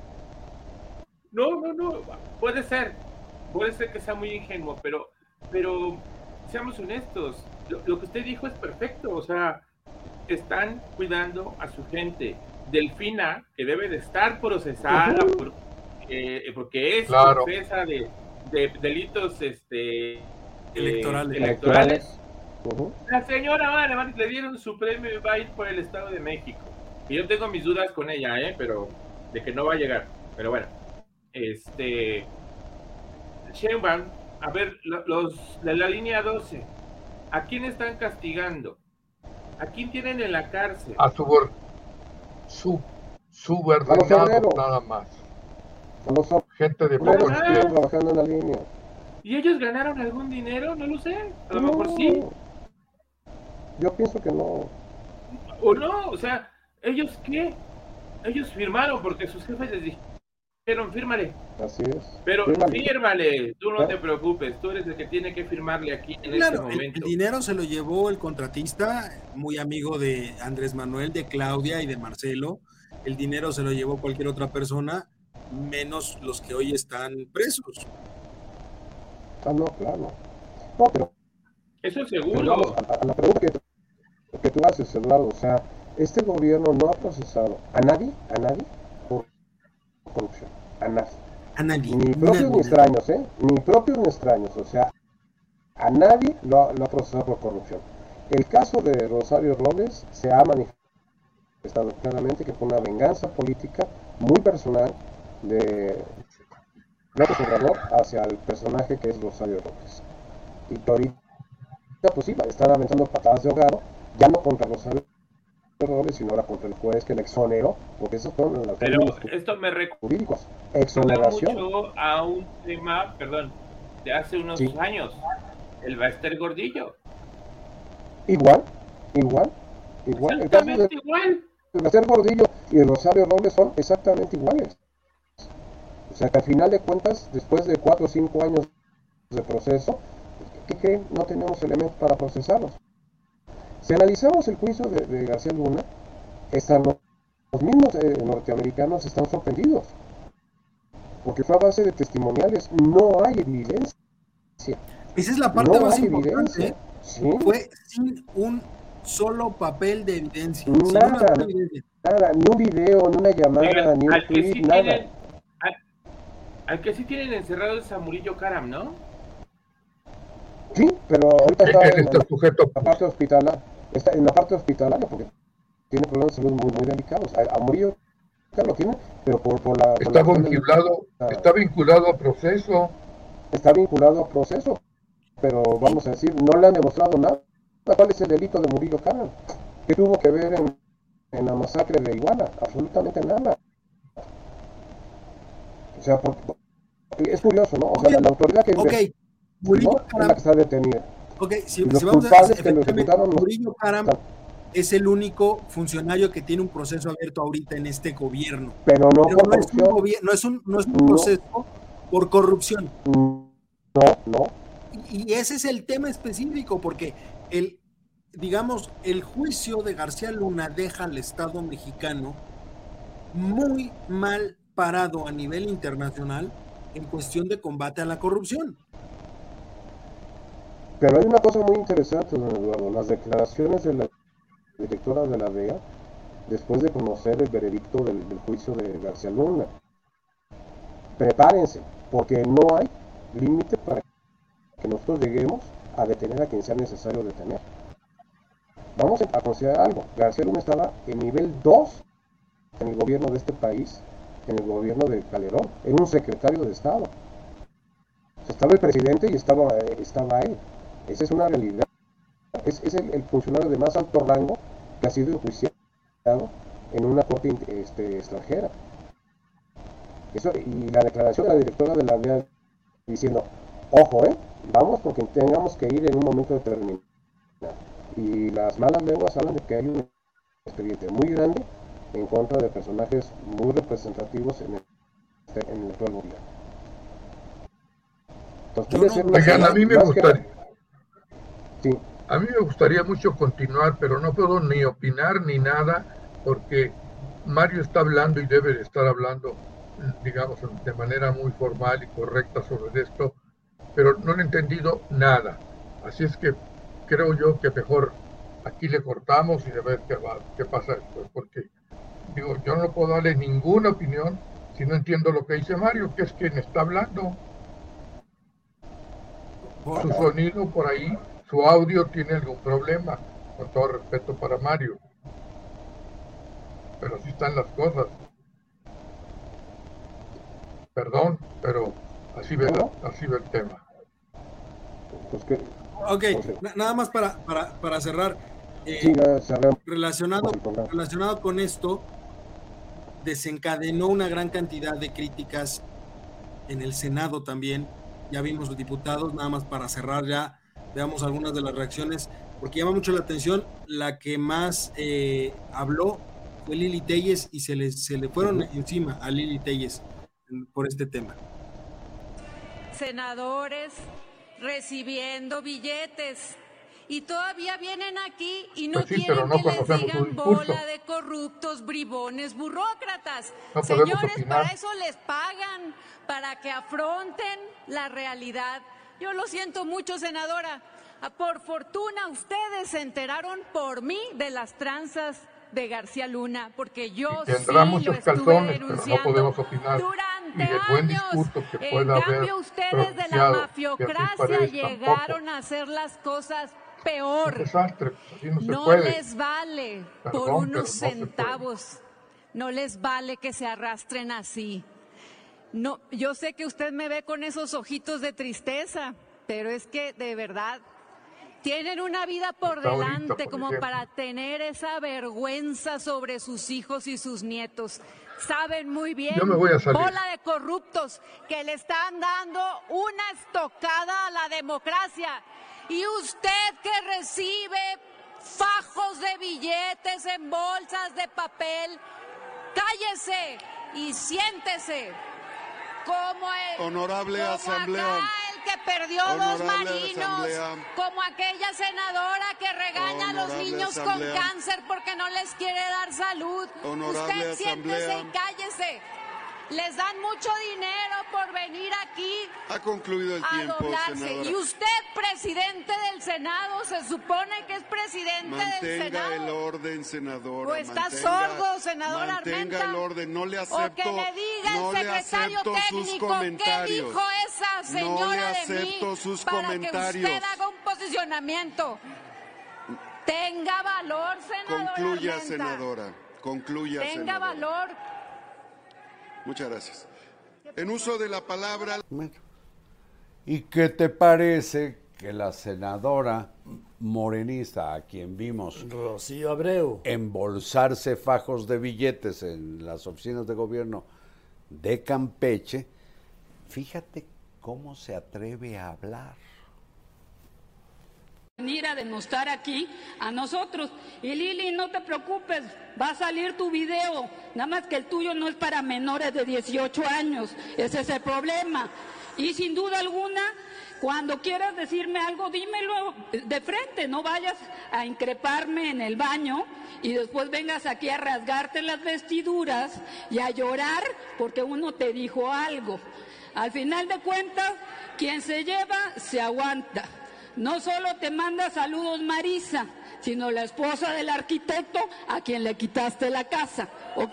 No, no, no, puede ser, puede ser que sea muy ingenuo, pero, pero seamos honestos, lo, lo que usted dijo es perfecto, o sea, están cuidando a su gente. Delfina, que debe de estar procesada uh-huh. por, eh, porque es claro. procesa de, de delitos este, electorales. Eh, electorales. Uh-huh. La señora vale, le dieron su premio y va a ir por el Estado de México. Y yo tengo mis dudas con ella, ¿eh? Pero de que no va a llegar. Pero bueno, este Sheinbaum, a ver, los de la línea doce, ¿a quién están castigando? ¿A quién tienen en la cárcel? A su su subordinado nada más. No gente de poco tiempo trabajando en la línea. ¿Y ellos ganaron algún dinero? No lo sé. A lo no, mejor sí. Yo pienso que no. O no, o sea, ¿ellos qué? Ellos firmaron porque sus jefes les dijeron, fírmale. Así es. Pero fírmale, fírmale. Tú no ¿Eh? te preocupes, tú eres el que tiene que firmarle aquí en claro, este momento. El, el dinero se lo llevó el contratista, muy amigo de Andrés Manuel, de Claudia y de Marcelo. El dinero se lo llevó cualquier otra persona, menos los que hoy están presos. Ah, no, claro. No, pero... Eso es seguro. Pero vamos, a, a la pregunta que, que tú haces, Eduardo, o sea, este gobierno no ha procesado a nadie, a nadie, por corrupción. A nadie. A nadie. Ni propios nadie. ni extraños, ¿eh? Ni propios ni extraños, o sea, a nadie lo, lo ha procesado por corrupción. El caso de Rosario Robles se ha manifestado claramente que fue una venganza política muy personal de López Obrador hacia el personaje que es Rosario Robles. Y que ahorita, pues sí, están aventando patadas de ahogado, ya no contra Rosario Robles, sino ahora contra el juez que le exoneró, porque esos son los Pero esto me recuerda exoneración mucho a un tema, perdón, de hace unos sí. años, el Bester Gordillo. Igual, igual, igual. Exactamente el caso de, igual. El Bester Gordillo y el Rosario Robles son exactamente iguales. O sea que al final de cuentas, después de cuatro o cinco años de proceso, ¿qué creen? No tenemos elementos para procesarlos. Si analizamos el juicio de, de García Luna, están los, los mismos eh, norteamericanos están sorprendidos, porque fue a base de testimoniales, no hay evidencia. Esa es la parte no más hay importante. evidencia. ¿Sí? Fue sin un solo papel de evidencia. Nada, sin evidencia. Nada, ni un video, ni una llamada, Oigan, ni un al que tweet, sí nada. tienen, al, al que sí tienen encerrado es a Murillo Karam, ¿no? Sí, pero ahorita está Él en está la, sujeto. la parte hospitalaria, está en la parte hospitalaria porque tiene problemas de salud muy, muy delicados. A, a Murillo lo tiene, pero por, por la... Está por la vinculado, de, está vinculado a proceso. Está vinculado a proceso, pero vamos a decir, no le han demostrado nada. ¿Cuál es el delito de Murillo Karam? ¿Qué tuvo que ver en, en la masacre de Iguala? Absolutamente nada. O sea, por, por, es curioso, ¿no? O sea, okay. la, la autoridad que okay. Murillo Karam es la que está detenida. Ok, si, y los si vamos culpables a que lo ejecutaron, Murillo Karam es el único funcionario que tiene un proceso abierto ahorita en este gobierno. Pero no Pero por no, es un corrupción. no es un, no es un proceso no. por corrupción. No, no. Y, y ese es el tema específico, porque el, digamos, el juicio de García Luna deja al Estado mexicano muy mal parado a nivel internacional en cuestión de combate a la corrupción. Pero hay una cosa muy interesante, don Eduardo, las declaraciones de la directora de la D E A después de conocer el veredicto del, del juicio de García Luna. Prepárense, porque no hay límite para que nosotros lleguemos a detener a quien sea necesario detener. Vamos a considerar algo. García Luna estaba en nivel dos en el gobierno de este país, en el gobierno de Calderón, era un secretario de Estado. Estaba el presidente y estaba, estaba él. Esa es una realidad. Es, es el, el funcionario de más alto rango que ha sido enjuiciado en una corte este, extranjera. Eso, y la declaración de la directora de la D E A diciendo, ojo, eh, vamos porque tengamos que ir en un momento determinado. Y las malas lenguas hablan de que hay un expediente muy grande en contra de personajes muy representativos en el, en el actual gobierno. Entonces, no, oigan, a mí me gustaría, sí. a mí me gustaría mucho continuar, pero no puedo ni opinar ni nada, porque Mario está hablando y debe de estar hablando, digamos, de manera muy formal y correcta sobre esto, pero no he entendido nada. Así es que creo yo que mejor aquí le cortamos y de ver qué, va, qué pasa después, porque digo, yo no puedo darle ninguna opinión si no entiendo lo que dice Mario, que es quien está hablando. Su sonido por ahí, su audio tiene algún problema, con todo respeto para Mario. Pero así están las cosas. Perdón, pero así ve, así ve el tema. Pues que, ok, na nada más para, para, para cerrar. Eh, sí, relacionado, relacionado con esto, desencadenó una gran cantidad de críticas en el Senado también. Ya vimos los diputados, nada más para cerrar ya, veamos algunas de las reacciones, porque llama mucho la atención. La que más eh, habló fue Lili Téllez y se le, se le fueron encima a Lili Téllez por este tema. Senadores recibiendo billetes y todavía vienen aquí y no pues sí, quieren no que les digan bola de corruptos, bribones, burócratas. No Señores, para eso les pagan, para que afronten la realidad. Yo lo siento mucho, senadora. Por fortuna ustedes se enteraron por mí de las tranzas de García Luna, porque yo sí lo estuve denunciando no podemos opinar. durante y el buen años. Discurso que en pueda cambio, haber ustedes de la mafiocracia llegaron a hacer las cosas peor. Desastre, no, no puede. les vale Perdón, por unos no centavos, no les vale que se arrastren así. No, yo sé que usted me ve con esos ojitos de tristeza, pero es que de verdad tienen una vida por Está delante bonito, por como ejemplo. para tener esa vergüenza sobre sus hijos y sus nietos. Saben muy bien, Yo me voy a salir. bola de corruptos, que le están dando una estocada a la democracia. Y usted que recibe fajos de billetes en bolsas de papel, cállese y siéntese. como el, Honorable como Asamblea. acá el que perdió dos Honorable marinos, Asamblea. como aquella senadora que regaña a los Honorable niños Asamblea. con cáncer porque no les quiere dar salud. Honorable Usted siéntese Asamblea. y cállese. Les dan mucho dinero por venir aquí Ha concluido el a tiempo, doblarse. senadora. Y usted, presidente del Senado, se supone que es presidente del Mantenga Senado. el orden, senadora. ¿O está mantenga- sordo, senador Mantenga Armenta? el orden. No le O acepto. que le diga no el le secretario acepto sus técnico qué comentarios. dijo esa No le señora de mí acepto sus para comentarios. que usted haga un posicionamiento. Tenga valor, senador Concluya, Armenta. senadora. Concluya, Tenga senadora. valor. Muchas gracias. En uso de la palabra. ¿Y qué te parece que la senadora morenista, a quien vimos Rocío Abreu embolsarse fajos de billetes en las oficinas de gobierno de Campeche, fíjate cómo se atreve a hablar? Venir a denostar aquí a nosotros. Y Lili, no te preocupes, va a salir tu video, nada más que el tuyo no es para menores de dieciocho años, ese es el problema. Y sin duda alguna, cuando quieras decirme algo, dímelo de frente, no vayas a increparme en el baño y después vengas aquí a rasgarte las vestiduras y a llorar porque uno te dijo algo. Al final de cuentas, quien se lleva, se aguanta. No solo te manda saludos Marisa, sino la esposa del arquitecto a quien le quitaste la casa, ¿ok?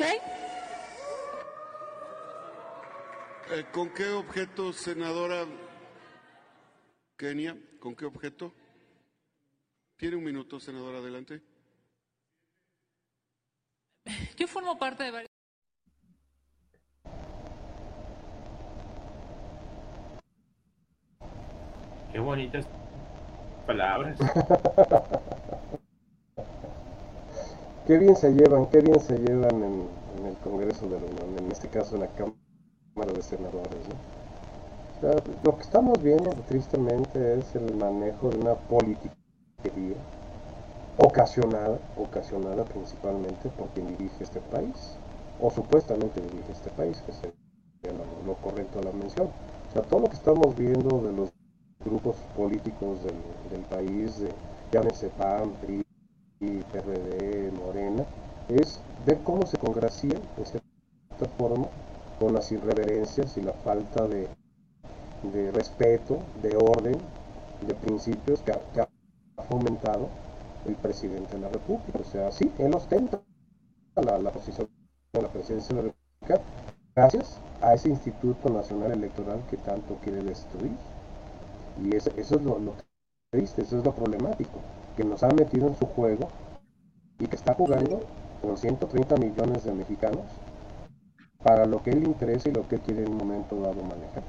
Eh, ¿Con qué objeto, senadora Kenia? ¿Con qué objeto? Tiene un minuto, senadora, adelante. Yo formo parte de varios... Qué bonitas palabras. Qué bien se llevan, qué bien se llevan en, en el Congreso de la Unión, en este caso en la Cámara de Senadores, ¿no? O sea, lo que estamos viendo tristemente es el manejo de una politiquería ocasionada, ocasionada principalmente por quien dirige este país, o supuestamente dirige este país, que sería lo, lo correcto de la mención. O sea, todo lo que estamos viendo de los grupos políticos del, del país, de, llámese P A N, P R I, P R D, Morena, es ver cómo se congracían de cierta forma con las irreverencias y la falta de, de respeto, de orden, de principios que ha, que ha fomentado el presidente de la República. O sea, sí, él ostenta la, la posición de la presidencia de la República gracias a ese Instituto Nacional Electoral que tanto quiere destruir. Y eso, eso es lo, lo triste, eso es lo problemático, que nos ha metido en su juego y que está jugando con ciento treinta millones de mexicanos para lo que él le interesa y lo que él quiere en un momento dado manejar.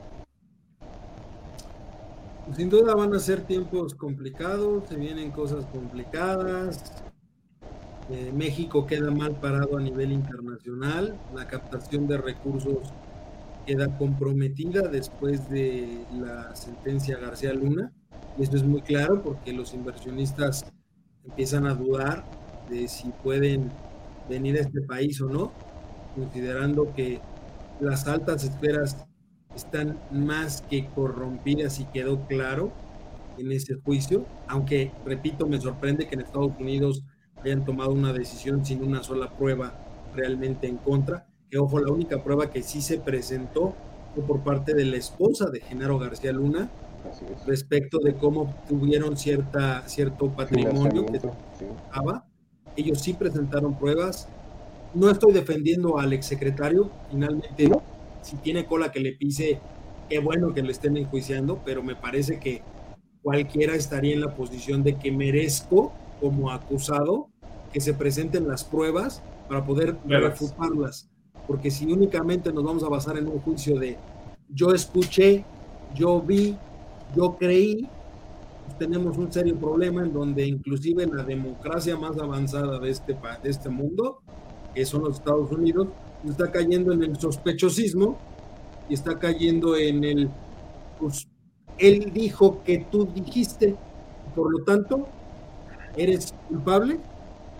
Sin duda van a ser tiempos complicados, se vienen cosas complicadas. Eh, México queda mal parado a nivel internacional, la captación de recursos queda comprometida después de la sentencia García Luna, y esto es muy claro porque los inversionistas empiezan a dudar de si pueden venir a este país o no, considerando que las altas esferas están más que corrompidas y quedó claro en ese juicio, aunque, repito, me sorprende que en Estados Unidos hayan tomado una decisión sin una sola prueba realmente en contra, que ojo, la única prueba que sí se presentó fue por parte de la esposa de Genaro García Luna, respecto de cómo tuvieron cierta, cierto patrimonio que se manejaba. Ellos sí presentaron pruebas. No estoy defendiendo al exsecretario, finalmente ¿no? Si tiene cola que le pise, qué bueno que le estén enjuiciando, pero me parece que cualquiera estaría en la posición de que merezco como acusado que se presenten las pruebas para poder refutarlas, porque si únicamente nos vamos a basar en un juicio de yo escuché, yo vi, yo creí, pues tenemos un serio problema en donde inclusive la democracia más avanzada de este, de este mundo, que son los Estados Unidos, está cayendo en el sospechosismo y está cayendo en el, pues, él dijo que tú dijiste, por lo tanto, eres culpable.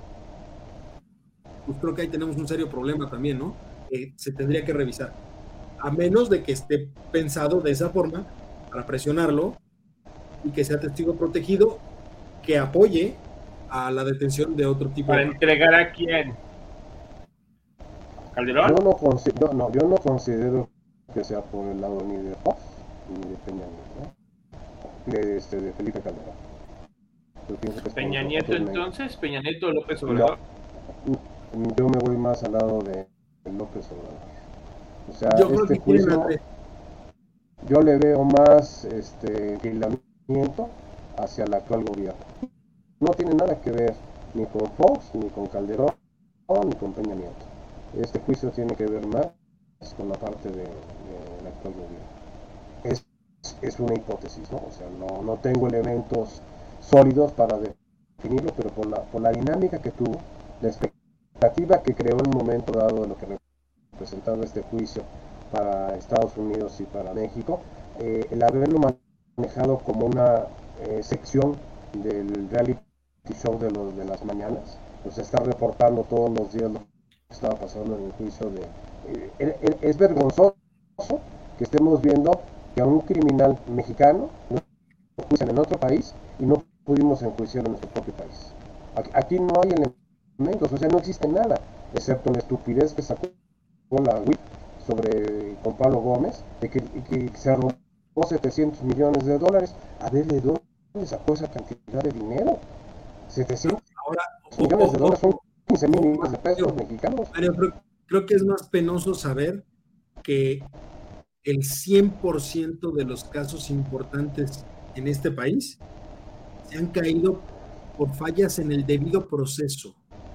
Pues creo que ahí tenemos un serio problema también, ¿no? Eh, se tendría que revisar. a menos de que esté pensado de esa forma para presionarlo y que sea testigo protegido que apoye a la detención de otro tipo ¿Para de... entregar a quién? ¿Calderón? Yo no, considero, no, yo no considero que sea por el lado ni de Fox ni de Peña Nieto, ¿no? de, este, de Felipe Calderón. Yo pienso que es Peña por Nieto nosotros, entonces, Peña Nieto o López Obrador. No, yo me voy más al lado de López Obrador. O sea, yo creo este que quieren juicio, hacer- yo le veo más este enfilamiento hacia el actual gobierno. No tiene nada que ver ni con Fox, ni con Calderón, ni con Peña Nieto. Este juicio tiene que ver más con la parte del de, de actual gobierno. Es, es una hipótesis, ¿no? O sea, no, no tengo elementos sólidos para definirlo, pero por la, por la dinámica que tuvo, la expectativa que creó en un momento dado de lo que representaba este juicio para Estados Unidos y para México, eh, el haberlo manejado como una eh, sección del reality show de, los, de las mañanas, pues está reportando todos los días lo que estaba pasando en el juicio de... Eh, eh, es vergonzoso que estemos viendo que a un criminal mexicano lo juician en otro país y no pudimos enjuiciar en nuestro propio país. Aquí, aquí no hay elementos, o sea, no existe nada, excepto la estupidez que sacó la U I F sobre con Pablo Gómez, de que, que se robó setecientos millones de dólares. A ver, ¿de dónde sacó esa cantidad de dinero? setecientos Ahora, millones ojo, de dólares son ojo, quince mil ojo, millones de pesos Mario, mexicanos. Mario, creo, creo que es más penoso saber que el cien por ciento de los casos importantes en este país se han caído por fallas en el debido proceso.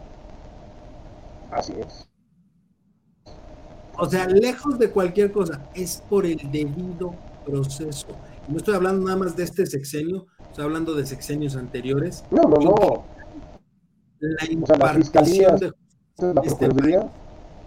Así es. O sea, lejos de cualquier cosa, es por el debido proceso. Y no estoy hablando nada más de este sexenio, estoy hablando de sexenios anteriores. No, no, no. La O sea, las fiscalías, impartición de la este procuraduría, país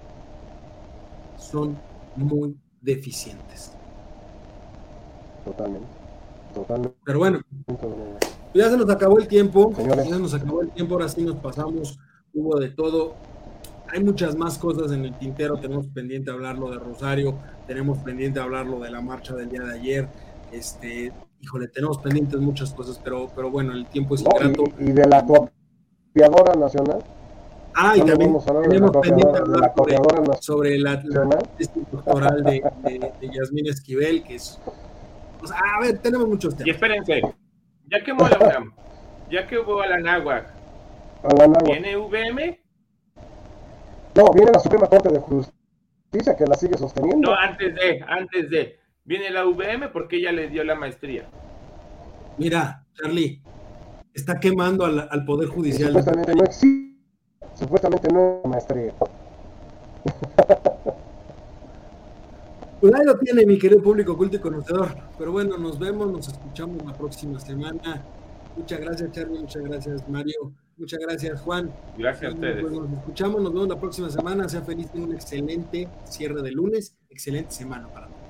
son muy deficientes. totalmente, totalmente. Pero bueno, ya se nos acabó el tiempo, ya se nos acabó el tiempo, ahora sí nos pasamos, hubo de todo. Hay muchas más cosas en el tintero, tenemos pendiente hablarlo de Rosario, tenemos pendiente hablarlo de la marcha del día de ayer, este, híjole, tenemos pendientes muchas cosas, pero, pero bueno, el tiempo es no, ingrato. y, y de la copiadora nacional. Ah, y no también vamos a hablar tenemos de la pendiente copiadora, de la hablar sobre, copiadora sobre la, la nacional. tesis doctoral de, de, de Yasmín Esquivel, que es, pues, a ver, tenemos muchos temas. Y espérense, ya quemó la UNAM, ya que hubo a la Náhuac, A la Náhuac. ¿viene V M? No, viene la Suprema Corte de Justicia que la sigue sosteniendo. No, antes de, antes de. Viene la V M porque ella le dio la maestría. Mira, Charlie, está quemando al, al Poder Judicial. Supuestamente no existe, supuestamente no es maestría. Pues ahí lo tiene, mi querido público culto y conocedor. Pero bueno, nos vemos, nos escuchamos la próxima semana. Muchas gracias, Charlie, muchas gracias, Mario, muchas gracias, Juan. Gracias a ustedes. Pues nos escuchamos, nos vemos la próxima semana. Sea feliz, tengan un excelente cierre de lunes, excelente semana para todos.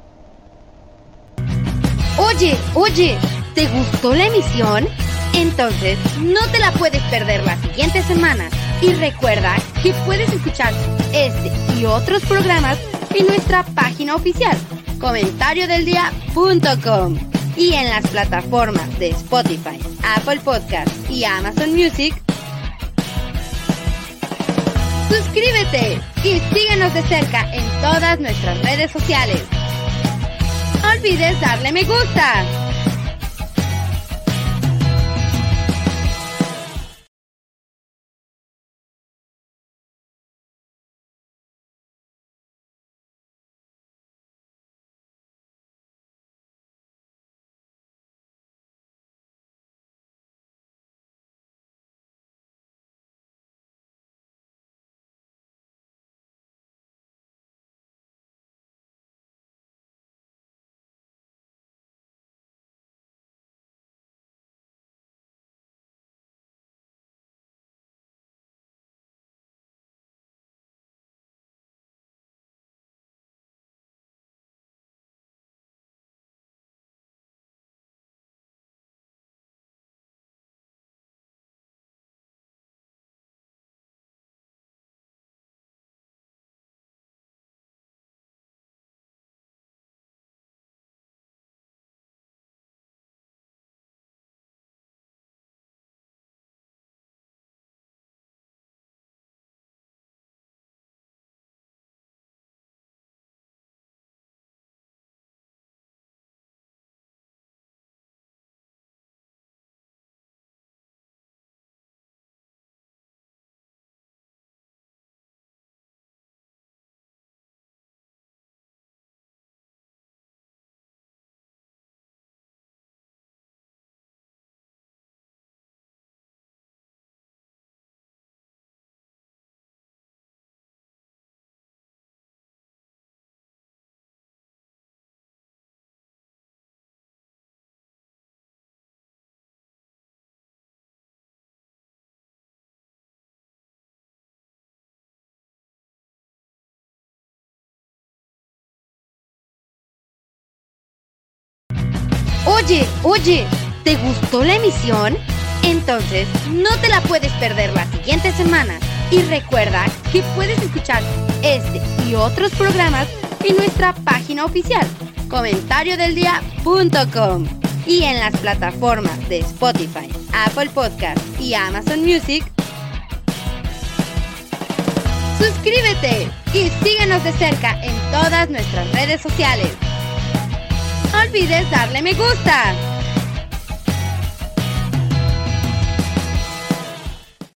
Oye, oye, ¿te gustó la emisión? Entonces, no te la puedes perder la siguiente semana. Y recuerda que puedes escuchar este y otros programas en nuestra página oficial, comentario del día punto com, y en las plataformas de Spotify, Apple Podcasts y Amazon Music. Suscríbete y síguenos de cerca en todas nuestras redes sociales. No olvides darle me gusta. Oye, oye, ¿te gustó la emisión? Entonces no te la puedes perder la siguiente semana. Y recuerda que puedes escuchar este y otros programas en nuestra página oficial, comentario del día punto com, y en las plataformas de Spotify, Apple Podcasts y Amazon Music. Suscríbete y síguenos de cerca en todas nuestras redes sociales. No olvides darle me gusta.